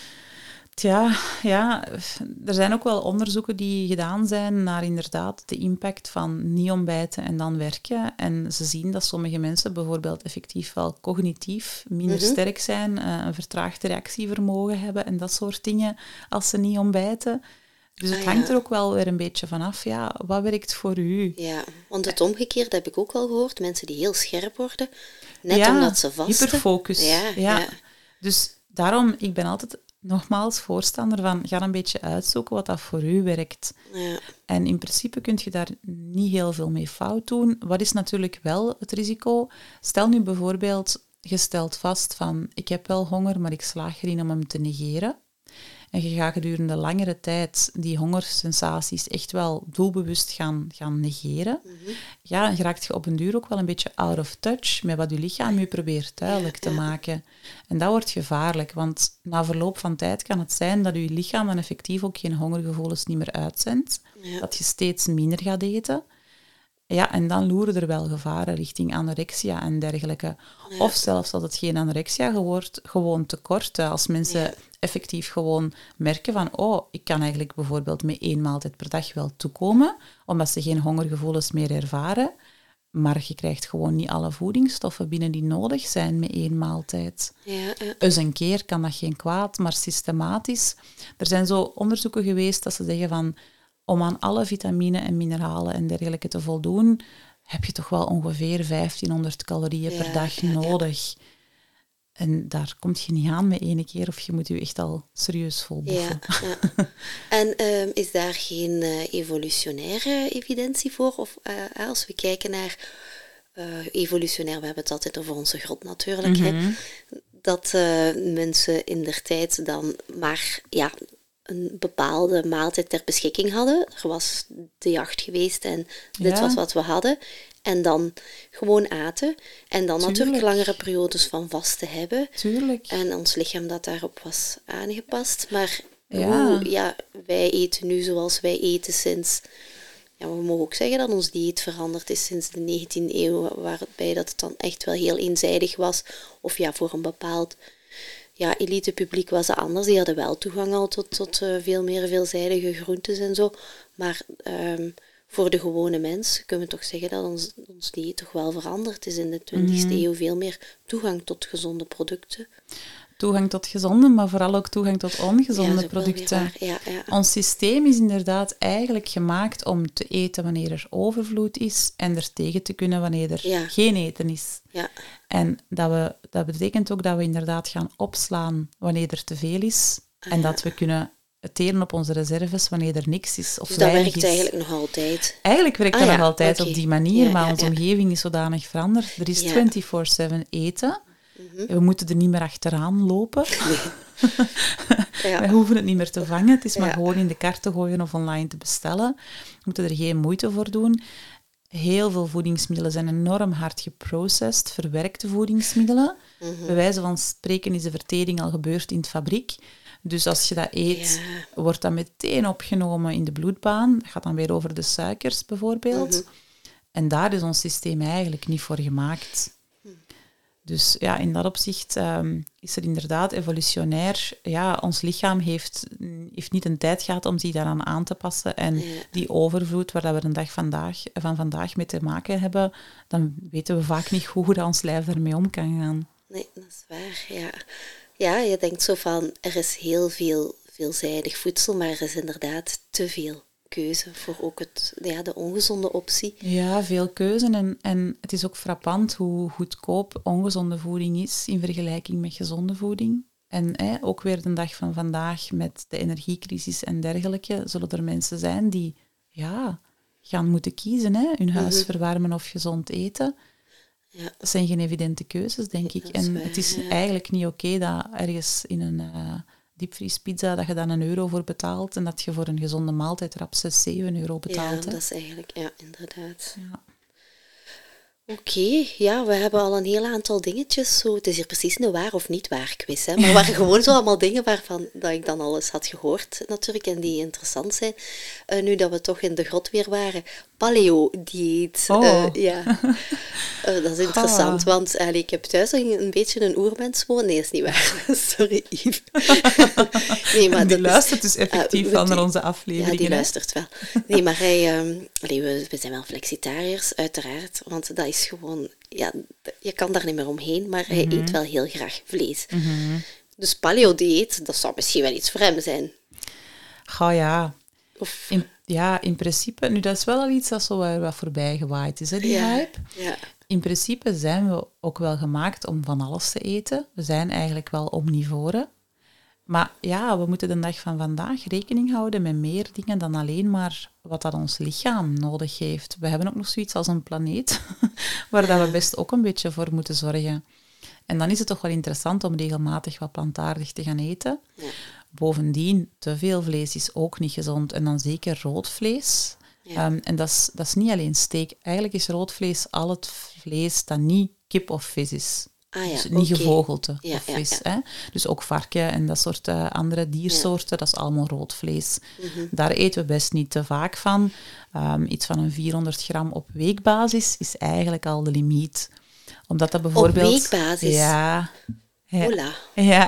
Ja, er zijn ook wel onderzoeken die gedaan zijn naar inderdaad de impact van niet ontbijten en dan werken. En ze zien dat sommige mensen bijvoorbeeld effectief wel cognitief minder sterk zijn, een vertraagd reactievermogen hebben en dat soort dingen als ze niet ontbijten. Dus het hangt er ook wel weer een beetje vanaf, wat werkt voor u? Ja, want het omgekeerde heb ik ook wel gehoord. Mensen die heel scherp worden, net omdat ze vasten. Hyperfocus. Ja. Dus daarom, ik ben altijd nogmaals voorstander van, ga een beetje uitzoeken wat dat voor u werkt. Ja. En in principe kun je daar niet heel veel mee fout doen. Wat is natuurlijk wel het risico? Stel nu bijvoorbeeld, je stelt vast van, ik heb wel honger, maar ik slaag erin om hem te negeren. En je gaat gedurende langere tijd die hongersensaties echt wel doelbewust gaan negeren. Dan raakt je op een duur ook wel een beetje out of touch met wat je lichaam je probeert duidelijk te maken. En dat wordt gevaarlijk, want na verloop van tijd kan het zijn dat je lichaam dan effectief ook geen hongergevoelens niet meer uitzendt. Ja. Dat je steeds minder gaat eten. Ja, en dan loeren er wel gevaren richting anorexia en dergelijke. Ja. Of zelfs dat het geen anorexia wordt, gewoon tekort. Als mensen effectief gewoon merken van, ik kan eigenlijk bijvoorbeeld met 1 maaltijd per dag wel toekomen, omdat ze geen hongergevoelens meer ervaren. Maar je krijgt gewoon niet alle voedingsstoffen binnen die nodig zijn met 1 maaltijd. Ja. Dus een keer kan dat geen kwaad, maar systematisch. Er zijn zo onderzoeken geweest dat ze zeggen van, om aan alle vitamine en mineralen en dergelijke te voldoen, heb je toch wel ongeveer 1500 calorieën per dag nodig. En daar kom je niet aan met 1 keer of je moet je echt al serieus volboffen. Ja. En is daar geen evolutionaire evidentie voor? Of als we kijken naar evolutionair, we hebben het altijd over onze grot natuurlijk, dat mensen indertijd dan maar een bepaalde maaltijd ter beschikking hadden. Er was de jacht geweest en dit was wat we hadden. En dan gewoon aten. En dan natuurlijk langere periodes van vasten hebben. Tuurlijk. En ons lichaam dat daarop was aangepast. Maar Wij eten nu zoals wij eten sinds... Ja, we mogen ook zeggen dat ons dieet veranderd is sinds de 19e eeuw, waarbij dat het dan echt wel heel eenzijdig was. Of ja, voor een bepaald elitepubliek was het anders. Die hadden wel toegang al tot veel meer veelzijdige groentes en zo. Maar voor de gewone mens kunnen we toch zeggen dat ons dieet toch wel veranderd is in de 20e eeuw. Veel meer toegang tot gezonde producten. Toegang tot gezonde, maar vooral ook toegang tot ongezonde producten. Ja. Ons systeem is inderdaad eigenlijk gemaakt om te eten wanneer er overvloed is en er tegen te kunnen wanneer er geen eten is. Ja. En dat betekent ook dat we inderdaad gaan opslaan wanneer er te veel is en dat we kunnen teren op onze reserves wanneer er niks is of dus dat weinig werkt eigenlijk nog altijd? Eigenlijk werkt dat nog altijd op die manier, maar onze omgeving is zodanig veranderd. Er is 24/7 eten. We moeten er niet meer achteraan lopen. Nee. Wij hoeven het niet meer te vangen. Het is maar gewoon in de kar te gooien of online te bestellen. We moeten er geen moeite voor doen. Heel veel voedingsmiddelen zijn enorm hard geprocessed, verwerkte voedingsmiddelen. Bij wijze van spreken is de vertering al gebeurd in de fabriek. Dus als je dat eet, wordt dat meteen opgenomen in de bloedbaan. Dat gaat dan weer over de suikers bijvoorbeeld. En daar is ons systeem eigenlijk niet voor gemaakt. Dus ja, in dat opzicht is er inderdaad evolutionair... Ja, ons lichaam heeft niet een tijd gehad om zich daaraan aan te passen. En die overvloed waar dat we de dag van vandaag mee te maken hebben, dan weten we vaak niet hoe dat ons lijf daarmee om kan gaan. Nee, dat is waar, ja. Ja, je denkt zo van, er is heel veel veelzijdig voedsel, maar er is inderdaad te veel keuze voor ook de ongezonde optie. Ja, veel keuze. En het is ook frappant hoe goedkoop ongezonde voeding is in vergelijking met gezonde voeding. En ook weer de dag van vandaag met de energiecrisis en dergelijke, zullen er mensen zijn die gaan moeten kiezen. Hun huis verwarmen of gezond eten. Ja. Dat zijn geen evidente keuzes, denk ik. En het is eigenlijk niet oké dat ergens in een diepvriespizza dat je dan €1 voor betaalt en dat je voor een gezonde maaltijd rap 6-7 € betaalt. Ja, dat is eigenlijk, inderdaad. Ja. Oké, we hebben al een heel aantal dingetjes. Zo, het is hier precies een waar of niet waar quiz. Hè? Maar het waren gewoon zo allemaal dingen waarvan dat ik dan alles had gehoord natuurlijk en die interessant zijn. Nu dat we toch in de grot weer waren. Paleo-dieet. Dat is interessant, want ik heb thuis een beetje een oermens wonen. Nee, dat is niet waar. Sorry, Yves. Nee, maar die luistert dus effectief naar onze afleveringen. Ja, die luistert wel. Nee, maar we zijn wel flexitariërs, uiteraard. Want dat is gewoon... Ja, je kan daar niet meer omheen, maar hij eet wel heel graag vlees. Dus paleo-dieet, dat zou misschien wel iets voor hem zijn. Ja. In principe... Nu, dat is wel al iets dat zo wat voorbij gewaaid is, hè, die hype. Ja. In principe zijn we ook wel gemaakt om van alles te eten. We zijn eigenlijk wel omnivoren. Maar we moeten de dag van vandaag rekening houden met meer dingen dan alleen maar wat dat ons lichaam nodig heeft. We hebben ook nog zoiets als een planeet, waar dat we best ook een beetje voor moeten zorgen. En dan is het toch wel interessant om regelmatig wat plantaardig te gaan eten. Ja. Bovendien, te veel vlees is ook niet gezond. En dan zeker rood vlees. Ja. En dat is niet alleen steak. Eigenlijk is rood vlees al het vlees dat niet kip of vis is. Dus niet gevogelte of vis. Hè? Dus ook varken en dat soort andere diersoorten, dat is allemaal rood vlees. Daar eten we best niet te vaak van. Iets van een 400 gram op weekbasis is eigenlijk al de limiet. Omdat dat bijvoorbeeld... Op weekbasis? Ja. Hola. Ja.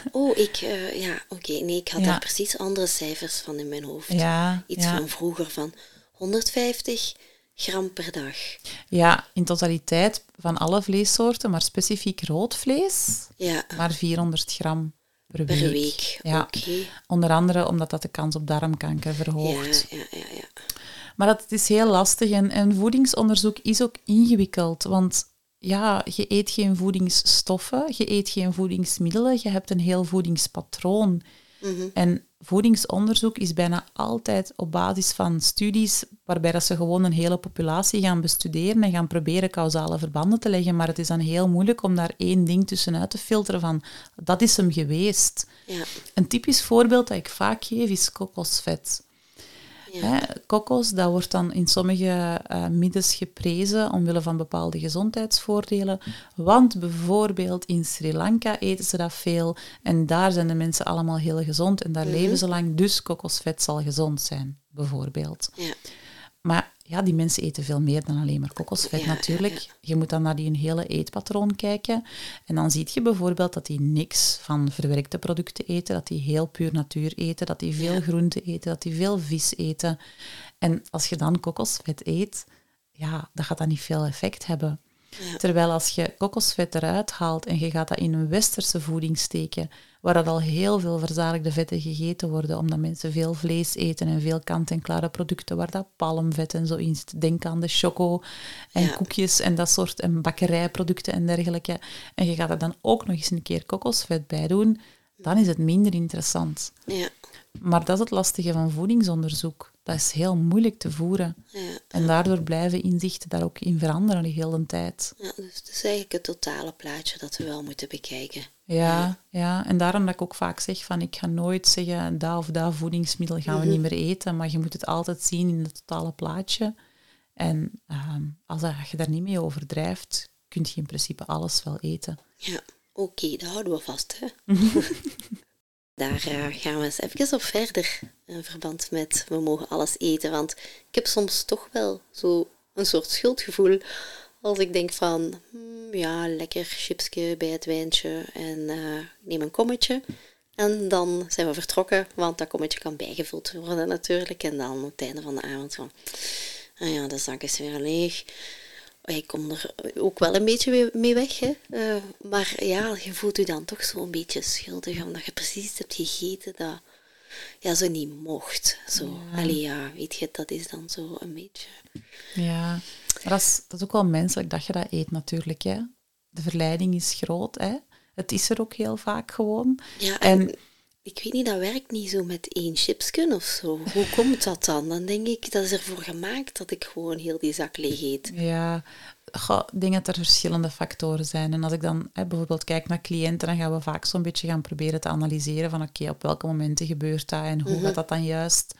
Nee, ik had daar precies andere cijfers van in mijn hoofd. Iets van vroeger, van 150 gram per dag. Ja, in totaliteit van alle vleessoorten, maar specifiek rood vlees, maar 400 gram per week. Ja. Okay. Onder andere omdat dat de kans op darmkanker verhoogt. Ja. Maar het is heel lastig en voedingsonderzoek is ook ingewikkeld, want je eet geen voedingsstoffen, je eet geen voedingsmiddelen, je hebt een heel voedingspatroon. En voedingsonderzoek is bijna altijd op basis van studies waarbij dat ze gewoon een hele populatie gaan bestuderen en gaan proberen causale verbanden te leggen. Maar het is dan heel moeilijk om daar één ding tussenuit te filteren van, dat is hem geweest. Ja. Een typisch voorbeeld dat ik vaak geef is kokosvet. Kokos, dat wordt dan in sommige middens geprezen omwille van bepaalde gezondheidsvoordelen. Want bijvoorbeeld in Sri Lanka eten ze dat veel en daar zijn de mensen allemaal heel gezond en daar leven ze lang, dus kokosvet zal gezond zijn, bijvoorbeeld. Ja. Maar ja, die mensen eten veel meer dan alleen maar kokosvet natuurlijk. Ja. Je moet dan naar die hele eetpatroon kijken. En dan zie je bijvoorbeeld dat die niks van verwerkte producten eten, dat die heel puur natuur eten, dat die veel groenten eten, dat die veel vis eten. En als je dan kokosvet eet, ja, dan gaat dat niet veel effect hebben. Ja. Terwijl als je kokosvet eruit haalt en je gaat dat in een westerse voeding steken, waar dat al heel veel verzadigde vetten gegeten worden, omdat mensen veel vlees eten en veel kant-en-klare producten, waar dat palmvet en zo in zit. Denk aan de choco en koekjes en dat soort en bakkerijproducten en dergelijke. En je gaat er dan ook nog eens een keer kokosvet bij doen, dan is het minder interessant. Ja. Maar dat is het lastige van voedingsonderzoek. Dat is heel moeilijk te voeren. Ja. En daardoor blijven inzichten daar ook in veranderen de hele tijd. Ja, dus het is eigenlijk het totale plaatje dat we wel moeten bekijken. Ja. En daarom dat ik ook vaak zeg van ik ga nooit zeggen dat of dat voedingsmiddel gaan we niet meer eten, maar je moet het altijd zien in het totale plaatje. En als je daar niet mee overdrijft, kun je in principe alles wel eten. Ja, oké, dat houden we vast, hè. Daar gaan we eens even op verder in verband met we mogen alles eten. Want ik heb soms toch wel zo een soort schuldgevoel als ik denk van, ja, lekker chipsje bij het wijntje en neem een kommetje. En dan zijn we vertrokken, want dat kommetje kan bijgevuld worden natuurlijk. En dan op het einde van de avond van, ja, de zak is weer leeg. Ik kom er ook wel een beetje mee weg, hè. Maar ja, je voelt je dan toch zo een beetje schuldig, omdat je precies hebt gegeten dat zo niet mocht. Zo. Ja. Allee, ja, weet je, dat is dan zo een beetje... Ja, maar dat is ook wel menselijk dat je dat eet natuurlijk, hè. De verleiding is groot, hè. Het is er ook heel vaak gewoon. Ja, en ik weet niet, dat werkt niet zo met 1 chipsje of zo. Hoe komt dat dan? Dan denk ik, dat is ervoor gemaakt dat ik gewoon heel die zak leeg eet. Ja, ik denk dat er verschillende factoren zijn. En als ik dan bijvoorbeeld kijk naar cliënten, dan gaan we vaak zo'n beetje gaan proberen te analyseren van oké, op welke momenten gebeurt dat en hoe gaat dat dan juist?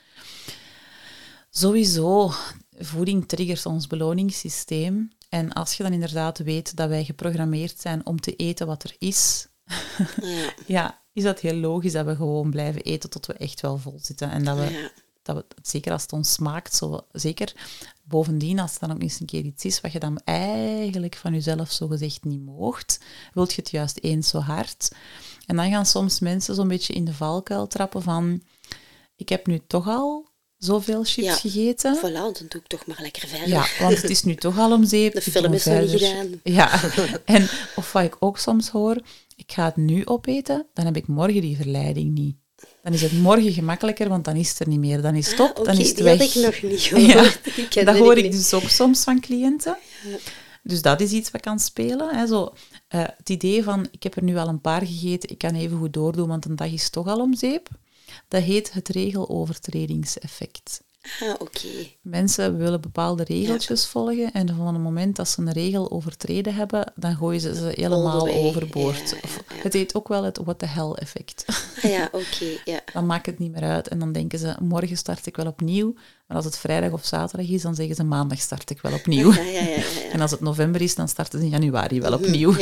Sowieso, voeding triggert ons beloningssysteem. En als je dan inderdaad weet dat wij geprogrammeerd zijn om te eten wat er is, ja, is dat heel logisch dat we gewoon blijven eten tot we echt wel vol zitten. En dat we zeker als het ons smaakt, zeker bovendien als het dan ook eens een keer iets is wat je dan eigenlijk van jezelf zogezegd niet moogt, wilt je het juist eens zo hard. En dan gaan soms mensen zo'n beetje in de valkuil trappen van, ik heb nu toch al zoveel chips gegeten. Voilà, dan doe ik toch maar lekker verder. Ja, want het is nu toch al om zeep. De film is nog niet gedaan. Ja, en of wat ik ook soms hoor, ik ga het nu opeten, dan heb ik morgen die verleiding niet. Dan is het morgen gemakkelijker, want dan is het er niet meer. Dan is het op, dan is het weg. Dat had ik nog niet gehoord. Ja, dat hoor ik dus ook soms van cliënten. Ja. Dus dat is iets wat kan spelen. Hè. Zo, het idee van, ik heb er nu al een paar gegeten, ik kan even goed doordoen, want een dag is toch al om zeep. Dat heet het regelovertredingseffect. Oké. Mensen willen bepaalde regeltjes volgen en van het moment dat ze een regel overtreden hebben, dan gooien ze helemaal overboord. Ja. Het heet ook wel het what the hell effect. Ja, oké. Dan maakt het niet meer uit en dan denken ze, morgen start ik wel opnieuw. Maar als het vrijdag of zaterdag is, dan zeggen ze, maandag start ik wel opnieuw. Ja. En als het november is, dan starten ze in januari wel opnieuw.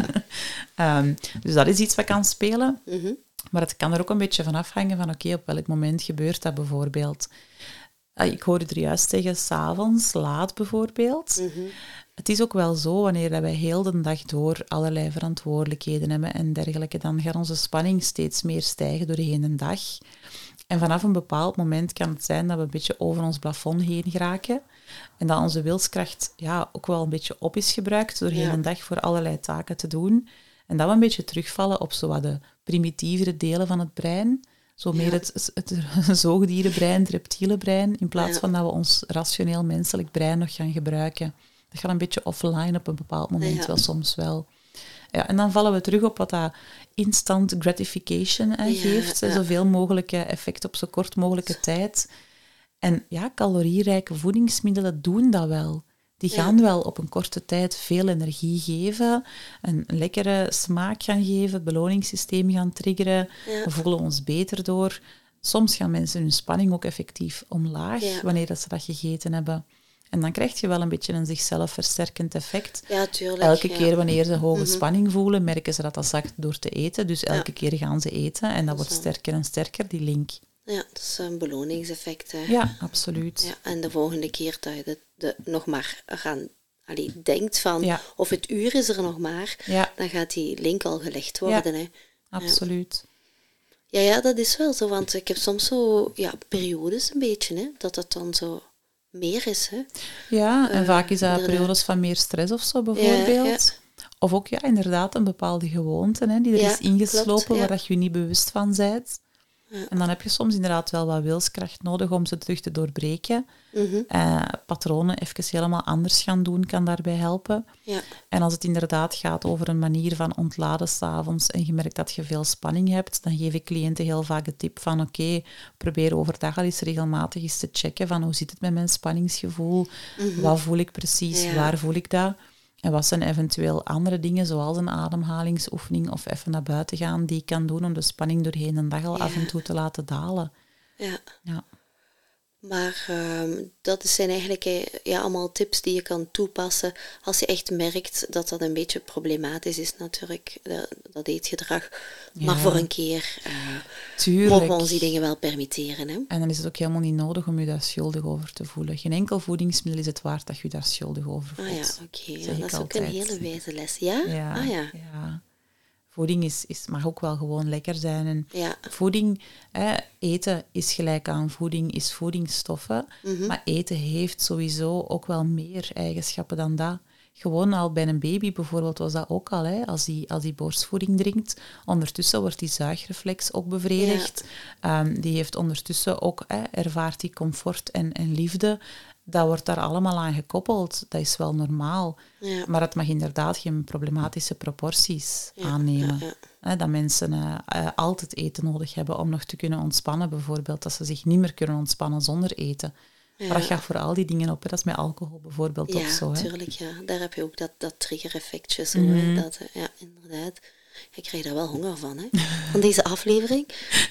Dus dat is iets wat kan spelen. Maar het kan er ook een beetje van afhangen van, oké, op welk moment gebeurt dat bijvoorbeeld. Ik hoorde er juist zeggen, 's avonds, laat bijvoorbeeld. Het is ook wel zo, wanneer dat wij heel de dag door allerlei verantwoordelijkheden hebben en dergelijke, dan gaat onze spanning steeds meer stijgen doorheen de dag. En vanaf een bepaald moment kan het zijn dat we een beetje over ons plafond heen geraken. En dat onze wilskracht ook wel een beetje op is gebruikt doorheen een dag voor allerlei taken te doen. En dat we een beetje terugvallen op zo wat de primitievere delen van het brein. Zo meer het zoogdierenbrein, het reptiele brein, in plaats van dat we ons rationeel menselijk brein nog gaan gebruiken. Dat gaat een beetje offline op een bepaald moment wel, soms wel. Ja, en dan vallen we terug op wat dat instant gratification geeft. Zoveel mogelijke effect op zo kort mogelijke tijd. En ja, calorierijke voedingsmiddelen doen dat wel. Die gaan wel op een korte tijd veel energie geven, een lekkere smaak gaan geven, het beloningssysteem gaan triggeren, we voelen ons beter door. soms gaan mensen hun spanning ook effectief omlaag wanneer dat ze dat gegeten hebben. En dan krijg je wel een beetje een zichzelf versterkend effect. Ja, tuurlijk. Elke keer wanneer ze hoge spanning voelen, merken ze dat zakt door te eten. Dus elke keer gaan ze eten en dat wordt sterker en sterker, die link. Ja, dat is een beloningseffect. Hè. Ja, absoluut. Ja, en de volgende keer dat je nog maar denkt van, of het uur is er nog maar, dan gaat die link al gelegd worden. Hè. Absoluut. Ja, dat is wel zo, want ik heb soms zo periodes een beetje, hè, dat het dan zo meer is. Hè. Ja, en vaak is dat periodes van meer stress of zo bijvoorbeeld. Ja. Of ook inderdaad een bepaalde gewoonte hè, die er is ingeslopen, klopt, waar dat je niet bewust van bent. Ja. En dan heb je soms inderdaad wel wat wilskracht nodig om ze terug te doorbreken. Patronen even helemaal anders gaan doen kan daarbij helpen. Ja. En als het inderdaad gaat over een manier van ontladen 's avonds en je merkt dat je veel spanning hebt, dan geef ik cliënten heel vaak de tip van probeer overdag al eens regelmatig eens te checken van hoe zit het met mijn spanningsgevoel, wat voel ik precies, waar voel ik dat? En wat zijn eventueel andere dingen, zoals een ademhalingsoefening of even naar buiten gaan, die ik kan doen om de spanning doorheen de dag al af en toe te laten dalen. Ja. Maar dat zijn eigenlijk allemaal tips die je kan toepassen als je echt merkt dat dat een beetje problematisch is natuurlijk, dat eetgedrag. Ja. Maar voor een keer mogen we ons die dingen wel permitteren. Hè? En dan is het ook helemaal niet nodig om je daar schuldig over te voelen. Geen enkel voedingsmiddel is het waard dat je daar schuldig over voelt. Ah ja, oké. Dat is ook een hele wijze les. Ja? Ja. Voeding mag ook wel gewoon lekker zijn. En voeding, eten is gelijk aan voeding, is voedingsstoffen. Maar eten heeft sowieso ook wel meer eigenschappen dan dat. Gewoon al bij een baby bijvoorbeeld was dat ook al. Hè, als die borstvoeding drinkt, ondertussen wordt die zuigreflex ook bevredigd. Ja. Die heeft ondertussen ook, ervaart die comfort en liefde. Dat wordt daar allemaal aan gekoppeld. Dat is wel normaal. Ja. Maar het mag inderdaad geen problematische proporties aannemen. Ja. Dat mensen altijd eten nodig hebben om nog te kunnen ontspannen bijvoorbeeld. Dat ze zich niet meer kunnen ontspannen zonder eten. Ja. Maar dat gaat voor al die dingen op. Hè. Dat is met alcohol bijvoorbeeld ook zo. Ja, natuurlijk. Ja. Daar heb je ook dat trigger-effectje. Zo, ja, inderdaad. Ik krijg daar wel honger van, hè, van deze aflevering.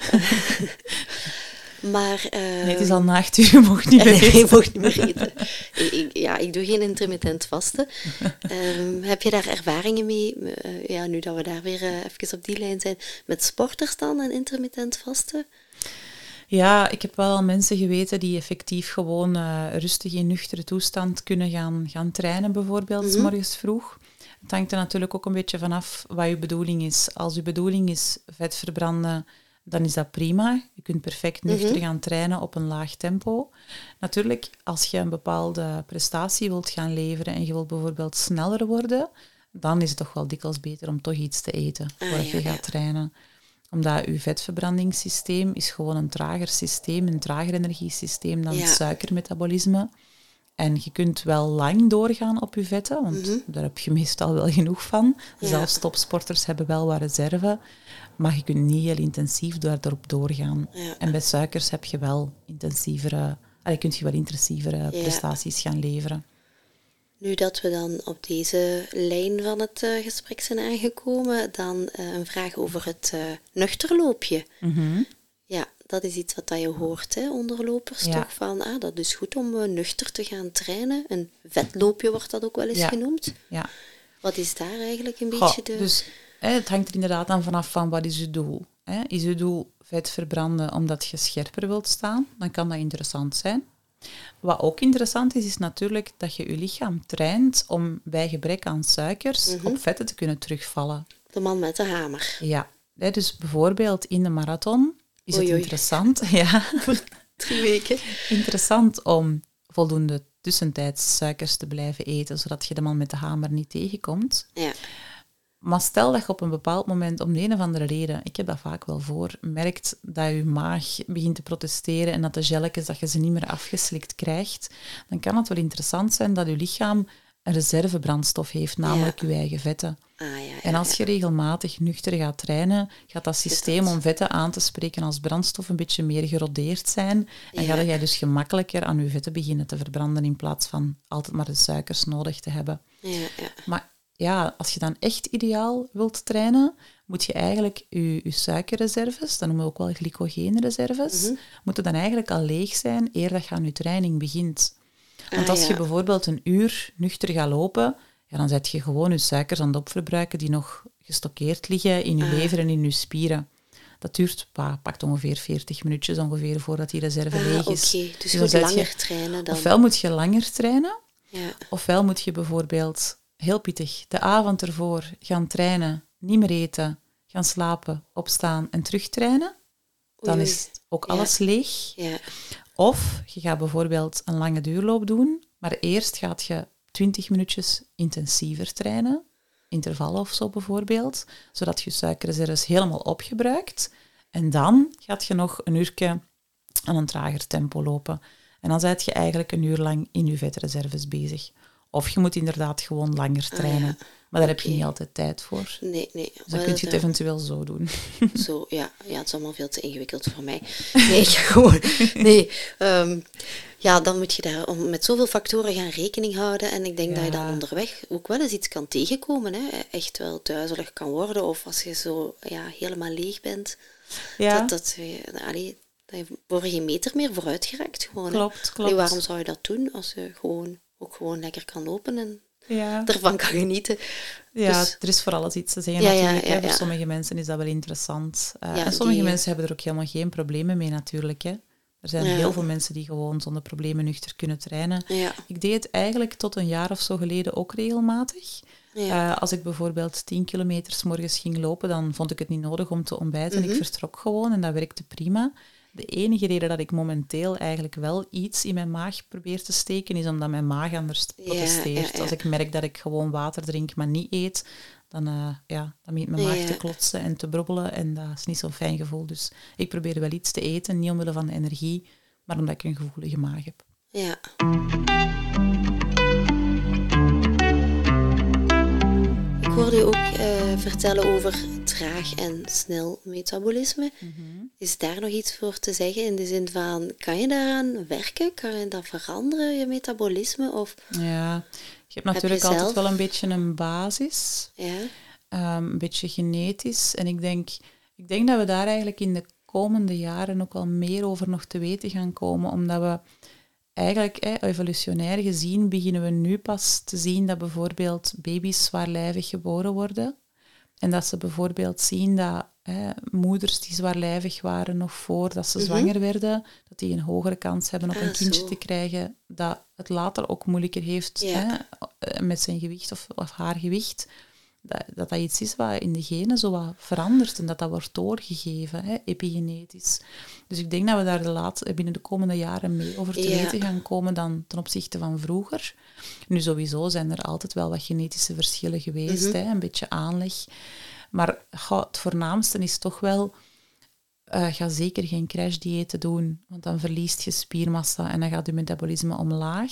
Maar, nee, het is al na 8 uur, je mocht niet meer eten. Je mocht niet meer eten. Ik doe geen intermittent vasten. Heb je daar ervaringen mee? Nu dat we daar weer even op die lijn zijn. Met sporters dan en intermittent vasten? Ja, ik heb wel al mensen geweten die effectief gewoon rustig in nuchtere toestand kunnen gaan trainen, bijvoorbeeld, 's morgens vroeg. Het hangt er natuurlijk ook een beetje vanaf wat je bedoeling is. Als je bedoeling is vet verbranden, dan is dat prima. Je kunt perfect nuchter gaan trainen op een laag tempo. Natuurlijk, als je een bepaalde prestatie wilt gaan leveren en je wilt bijvoorbeeld sneller worden, dan is het toch wel dikwijls beter om toch iets te eten voordat je gaat trainen. Omdat je vetverbrandingssysteem is gewoon een trager systeem, een trager energiesysteem dan het suikermetabolisme. En je kunt wel lang doorgaan op je vetten, want daar heb je meestal wel genoeg van. Ja. Zelfs topsporters hebben wel wat reserve, maar je kunt niet heel intensief daarop doorgaan. Ja. En bij suikers heb je wel intensievere prestaties gaan leveren. Nu dat we dan op deze lijn van het gesprek zijn aangekomen, dan een vraag over het nuchterloopje. Ja, dat is iets wat je hoort, hè, onder lopers toch, van dat is goed om nuchter te gaan trainen. Een vetloopje wordt dat ook wel eens genoemd. Ja. Wat is daar eigenlijk een beetje de... Dus het hangt er inderdaad aan vanaf van wat is je doel. Is je doel vet verbranden omdat je scherper wilt staan, dan kan dat interessant zijn. Wat ook interessant is natuurlijk dat je je lichaam traint om bij gebrek aan suikers op vetten te kunnen terugvallen. De man met de hamer. Ja, dus bijvoorbeeld in de marathon is het interessant. Ja. 3 weken. Interessant om voldoende tussentijds suikers te blijven eten, zodat je de man met de hamer niet tegenkomt. Ja. Maar stel dat je op een bepaald moment, om de een of andere reden, ik heb dat vaak wel voor, merkt dat je maag begint te protesteren en dat de gelletjes, dat je ze niet meer afgeslikt krijgt, dan kan het wel interessant zijn dat je lichaam een reservebrandstof heeft, namelijk je eigen vetten. En als je regelmatig nuchter gaat trainen, gaat dat systeem om vetten aan te spreken als brandstof een beetje meer gerodeerd zijn. En ga jij dus gemakkelijker aan je vetten beginnen te verbranden in plaats van altijd maar de suikers nodig te hebben. Maar als je dan echt ideaal wilt trainen, moet je eigenlijk je suikerreserves, dat noemen we ook wel glycogeenreserves, moeten dan eigenlijk al leeg zijn eer dat je aan je training begint. Want als je bijvoorbeeld een uur nuchter gaat lopen, dan zet je gewoon je suikers aan het opverbruiken die nog gestockeerd liggen in je lever en in je spieren. Dat duurt, pakt ongeveer 40 minuutjes ongeveer voordat die reserve leeg is. Oké, dus je moet langer trainen dan. Ofwel moet je langer trainen, ofwel moet je bijvoorbeeld, heel pittig, de avond ervoor gaan trainen, niet meer eten, gaan slapen, opstaan en terugtrainen. Dan is ook alles leeg. Ja. Of je gaat bijvoorbeeld een lange duurloop doen, maar eerst gaat je 20 minuutjes intensiever trainen, intervallen of zo bijvoorbeeld, zodat je suikerreserves helemaal opgebruikt. En dan gaat je nog een uurtje aan een trager tempo lopen. En dan ben je eigenlijk een uur lang in je vetreserves bezig. Of je moet inderdaad gewoon langer trainen. Maar daar heb je niet altijd tijd voor. Nee. Dus dan kun je het eventueel zo doen. Zo, ja, het is allemaal veel te ingewikkeld voor mij. Nee, gewoon... Nee. Dan moet je daar met zoveel factoren gaan rekening houden. En ik denk dat je dan onderweg ook wel eens iets kan tegenkomen. Hè? Echt wel duizelig kan worden. Of als je zo helemaal leeg bent. Ja. Dat je voor geen meter meer vooruit geraakt. Gewoon, klopt. Waarom zou je dat doen als je ook gewoon lekker kan lopen en ervan kan genieten? Ja, dus, er is voor alles iets te zeggen natuurlijk. Voor sommige mensen is dat wel interessant. En sommige mensen hebben er ook helemaal geen problemen mee natuurlijk. Hè. Er zijn heel veel mensen die gewoon zonder problemen nuchter kunnen trainen. Ja. Ik deed het eigenlijk tot een jaar of zo geleden ook regelmatig. Ja. Als ik bijvoorbeeld 10 kilometer 's morgens ging lopen, dan vond ik het niet nodig om te ontbijten. Ik vertrok gewoon en dat werkte prima. De enige reden dat ik momenteel eigenlijk wel iets in mijn maag probeer te steken, is omdat mijn maag anders protesteert. Als ik merk dat ik gewoon water drink, maar niet eet, dan begint mijn maag te klotsen en te brobbelen. En dat is niet zo'n fijn gevoel. Dus ik probeer wel iets te eten, niet omwille van de energie, maar omdat ik een gevoelige maag heb. Ja. Ik hoorde je ook vertellen over traag en snel metabolisme. Is daar nog iets voor te zeggen in de zin van, kan je daaraan werken? Kan je dat veranderen, je metabolisme? Of ja, je hebt natuurlijk altijd wel een beetje een basis. Ja. Een beetje genetisch. En ik denk dat we daar eigenlijk in de komende jaren ook wel meer over nog te weten gaan komen, omdat we eigenlijk, evolutionair gezien, beginnen we nu pas te zien dat bijvoorbeeld baby's zwaarlijvig geboren worden. En dat ze bijvoorbeeld zien dat moeders die zwaarlijvig waren nog voordat ze zwanger werden, dat die een hogere kans hebben op een kindje te krijgen, dat het later ook moeilijker heeft met zijn gewicht of haar gewicht. Dat iets is wat in de genen zo wat verandert en dat wordt doorgegeven, epigenetisch. Dus ik denk dat we daar binnen de komende jaren mee over te weten gaan komen dan ten opzichte van vroeger. Nu sowieso zijn er altijd wel wat genetische verschillen geweest, een beetje aanleg. Maar het voornaamste is toch wel, ga zeker geen crashdiëten doen, want dan verliest je spiermassa en dan gaat je metabolisme omlaag.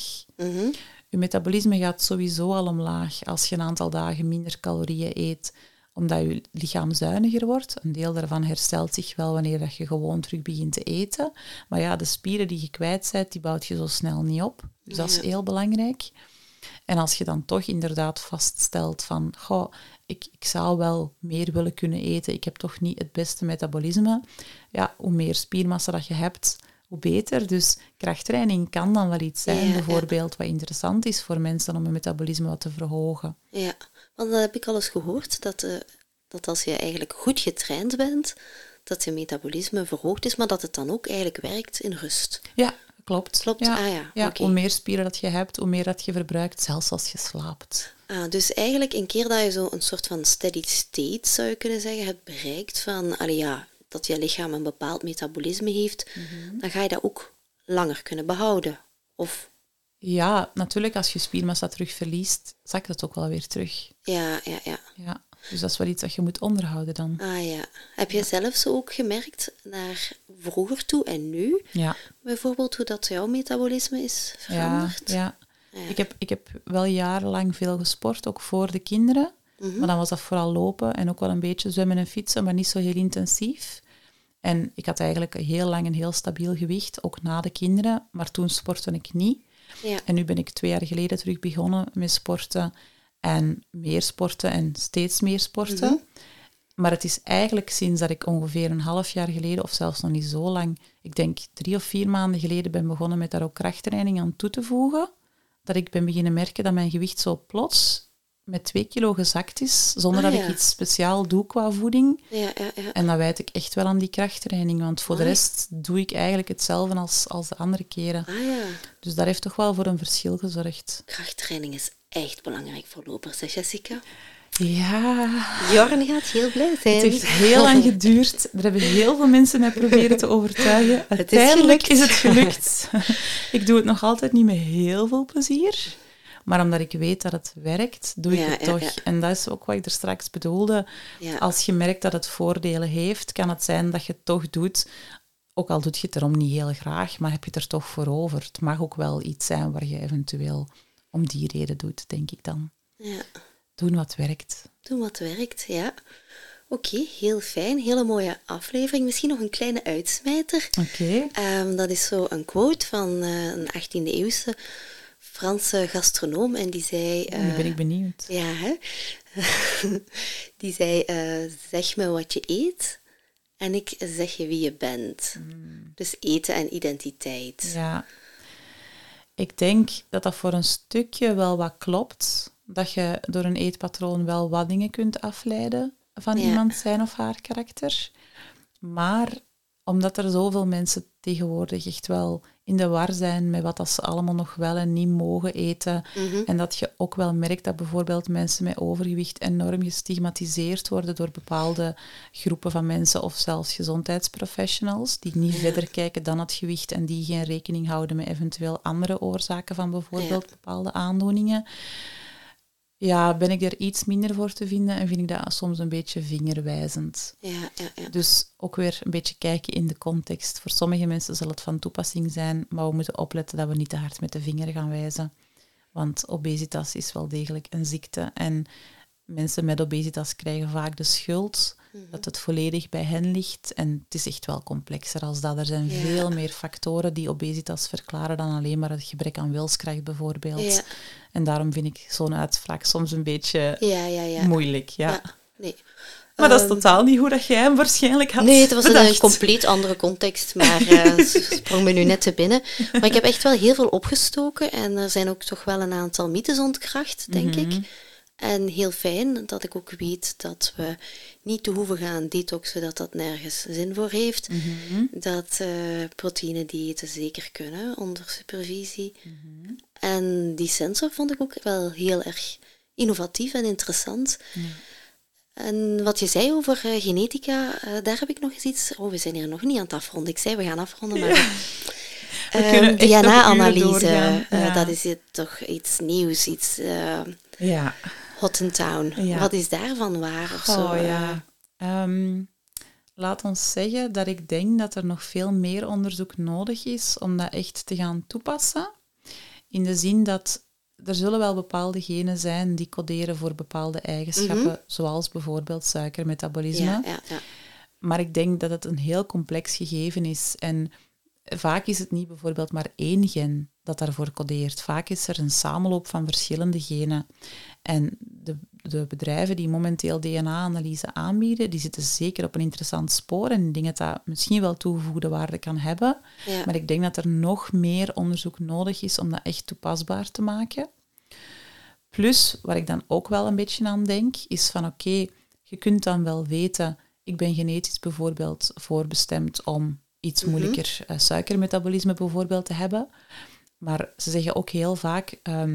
Je metabolisme gaat sowieso al omlaag als je een aantal dagen minder calorieën eet, omdat je lichaam zuiniger wordt. Een deel daarvan herstelt zich wel wanneer dat je gewoon terug begint te eten. Maar de spieren die je kwijt bent, die bouwt je zo snel niet op. Dus dat is heel belangrijk. En als je dan toch inderdaad vaststelt van, ik zou wel meer willen kunnen eten, ik heb toch niet het beste metabolisme. Ja, hoe meer spiermassa dat je hebt, hoe beter. Dus krachttraining kan dan wel iets zijn, bijvoorbeeld, wat interessant is voor mensen om hun metabolisme wat te verhogen. Ja, want dat heb ik al eens gehoord, dat als je eigenlijk goed getraind bent, dat je metabolisme verhoogd is, maar dat het dan ook eigenlijk werkt in rust. Ja, klopt. Ja. Okay. Hoe meer spieren dat je hebt, hoe meer dat je verbruikt, zelfs als je slaapt. Dus eigenlijk een keer dat je zo een soort van steady state, zou je kunnen zeggen, hebt bereikt van, dat je lichaam een bepaald metabolisme heeft, dan ga je dat ook langer kunnen behouden. Of... Ja, natuurlijk, als je spiermassa terug verliest, zakt het ook wel weer terug. Ja. Dus dat is wel iets dat je moet onderhouden dan. Heb je zelf zo ook gemerkt naar vroeger toe en nu? Ja. Bijvoorbeeld hoe dat jouw metabolisme is veranderd? Ja. Ik heb wel jarenlang veel gesport, ook voor de kinderen. Maar dan was dat vooral lopen en ook wel een beetje zwemmen en fietsen, maar niet zo heel intensief. En ik had eigenlijk heel lang een heel stabiel gewicht, ook na de kinderen. Maar toen sportte ik niet. Ja. En nu ben ik 2 jaar geleden terug begonnen met sporten. en meer sporten en steeds meer sporten. Maar het is eigenlijk sinds dat ik ongeveer een half jaar geleden, of zelfs nog niet zo lang, ik denk 3 of 4 maanden geleden ben begonnen met daar ook krachttraining aan toe te voegen, dat ik ben beginnen merken dat mijn gewicht zo plots met 2 kilo gezakt is, zonder dat ik iets speciaal doe qua voeding. Ja. En dat wijd ik echt wel aan die krachttraining, want voor de rest doe ik eigenlijk hetzelfde als de andere keren. Dus dat heeft toch wel voor een verschil gezorgd. Krachttraining is echt belangrijk voor lopers, hè Jessica? Ja. Jorn gaat heel blij zijn. Het heeft heel lang geduurd. Er hebben heel veel mensen mij proberen te overtuigen. Uiteindelijk is het gelukt. Ik doe het nog altijd niet met heel veel plezier. Maar omdat ik weet dat het werkt, doe ik het toch. Ja. En dat is ook wat ik er straks bedoelde. Ja. Als je merkt dat het voordelen heeft, kan het zijn dat je het toch doet. Ook al doet je het erom niet heel graag, maar heb je het er toch voor over. Het mag ook wel iets zijn waar je eventueel om die reden doet, denk ik dan. Ja. Doen wat werkt. Doen wat werkt, ja. Oké, heel fijn. Hele mooie aflevering. Misschien nog een kleine uitsmijter. Oké. Dat is zo een quote van een 18e-eeuwse Franse gastronoom. En die zei... nu ben ik benieuwd. Ja, hè? Die zei, zeg me wat je eet en ik zeg je wie je bent. Dus eten en identiteit. Ja. Ik denk dat dat voor een stukje wel wat klopt. Dat je door een eetpatroon wel wat dingen kunt afleiden van iemand zijn of haar karakter. Maar omdat er zoveel mensen tegenwoordig echt wel in de war zijn met wat dat ze allemaal nog wel en niet mogen eten. En dat je ook wel merkt dat bijvoorbeeld mensen met overgewicht enorm gestigmatiseerd worden door bepaalde groepen van mensen of zelfs gezondheidsprofessionals die niet verder kijken dan het gewicht en die geen rekening houden met eventueel andere oorzaken van bijvoorbeeld bepaalde aandoeningen. Ja, ben ik er iets minder voor te vinden en vind ik dat soms een beetje vingerwijzend. Ja. Dus ook weer een beetje kijken in de context. Voor sommige mensen zal het van toepassing zijn, maar we moeten opletten dat we niet te hard met de vinger gaan wijzen. Want obesitas is wel degelijk een ziekte en mensen met obesitas krijgen vaak de schuld dat het volledig bij hen ligt. En het is echt wel complexer als dat. Er zijn veel meer factoren die obesitas verklaren dan alleen maar het gebrek aan wilskracht bijvoorbeeld. Ja. En daarom vind ik zo'n uitspraak soms een beetje moeilijk. Ja. Nee. Maar dat is totaal niet hoe dat jij hem waarschijnlijk had Nee, het was bedacht. een compleet andere context, maar sprong me nu net te binnen. Maar ik heb echt wel heel veel opgestoken en er zijn ook toch wel een aantal mythes ontkracht, denk ik. En heel fijn dat ik ook weet dat we niet te hoeven gaan detoxen, dat dat nergens zin voor heeft. Dat proteïnediëten zeker kunnen onder supervisie. En die sensor vond ik ook wel heel erg innovatief en interessant. En wat je zei over genetica, daar heb ik nog eens iets... Oh, we zijn hier nog niet aan het afronden. Ik zei, we gaan afronden, maar... DNA-analyse, dat is toch iets nieuws, iets... Hot in town. Ja. Wat is daarvan waar? Of zo? Laat ons zeggen dat ik denk dat er nog veel meer onderzoek nodig is om dat echt te gaan toepassen. In de zin dat er zullen wel bepaalde genen zijn die coderen voor bepaalde eigenschappen, zoals bijvoorbeeld suikermetabolisme. Ja. Maar ik denk dat het een heel complex gegeven is. En vaak is het niet bijvoorbeeld maar 1 gen dat daarvoor codeert. Vaak is er een samenloop van verschillende genen. En de bedrijven die momenteel DNA-analyse aanbieden, die zitten zeker op een interessant spoor en ik denk dat dat misschien wel toegevoegde waarde kan hebben. Ja. Maar ik denk dat er nog meer onderzoek nodig is om dat echt toepasbaar te maken. Plus, waar ik dan ook wel een beetje aan denk, is van oké, je kunt dan wel weten, ik ben genetisch bijvoorbeeld voorbestemd om iets moeilijker suikermetabolisme bijvoorbeeld te hebben. Maar ze zeggen ook heel vaak,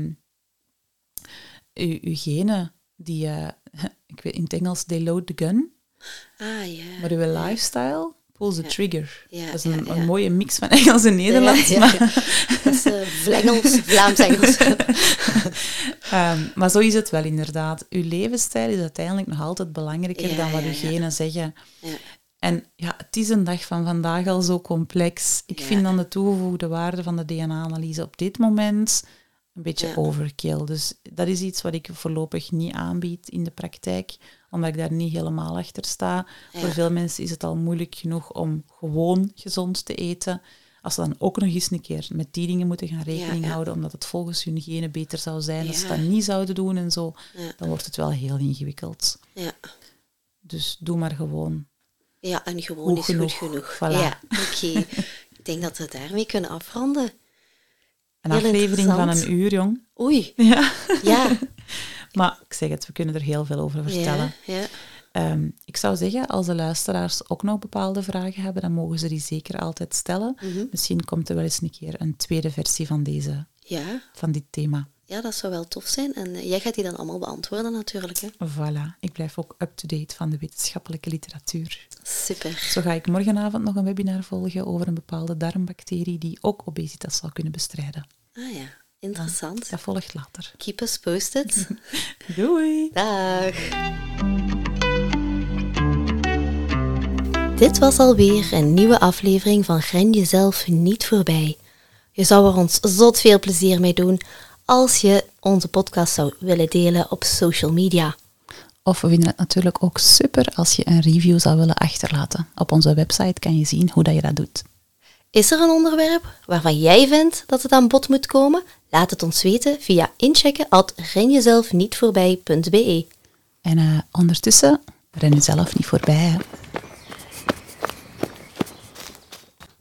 uw genen, die, ik weet in het Engels, they load the gun. Maar uw lifestyle pulls the trigger. Dat is een mooie mix van Engels en Nederlands. Dat is Vlaams-Engels. Maar zo is het wel inderdaad. Uw levensstijl is uiteindelijk nog altijd belangrijker dan wat uw genen zeggen. En het is een dag van vandaag al zo complex. Ik vind dan de toegevoegde waarde van de DNA-analyse op dit moment een beetje overkill. Dus dat is iets wat ik voorlopig niet aanbied in de praktijk, omdat ik daar niet helemaal achter sta. Voor veel mensen is het al moeilijk genoeg om gewoon gezond te eten. als ze dan ook nog eens een keer met die dingen moeten gaan rekening houden, omdat het volgens hun genen beter zou zijn als ze dat niet zouden doen en zo, dan wordt het wel heel ingewikkeld. Ja. Dus doe maar gewoon. Ja, en gewoon is goed genoeg. Voilà. Ja, oké. Ik denk dat we daarmee kunnen afronden. Een aflevering van 1 uur, jong. Oei. Ja. Maar ik zeg het, we kunnen er heel veel over vertellen. Ja. Ik zou zeggen, als de luisteraars ook nog bepaalde vragen hebben, dan mogen ze die zeker altijd stellen. Misschien komt er wel eens een keer een tweede versie van van dit thema. Ja, dat zou wel tof zijn. En jij gaat die dan allemaal beantwoorden natuurlijk. Hè? Voilà. Ik blijf ook up-to-date van de wetenschappelijke literatuur. Super. Zo ga ik morgenavond nog een webinar volgen over een bepaalde darmbacterie die ook obesitas zou kunnen bestrijden. Ah ja, interessant. Dat volgt later. Keep us posted. Doei. Dag. Dit was alweer een nieuwe aflevering van Ren jezelf niet voorbij. Je zou er ons zot veel plezier mee doen als je onze podcast zou willen delen op social media. Of we vinden het natuurlijk ook super als je een review zou willen achterlaten. Op onze website kan je zien hoe dat je dat doet. Is er een onderwerp waarvan jij vindt dat het aan bod moet komen? Laat het ons weten via inchecken@renjezelfnietvoorbij.be. En ondertussen, ren jezelf niet voorbij, hè.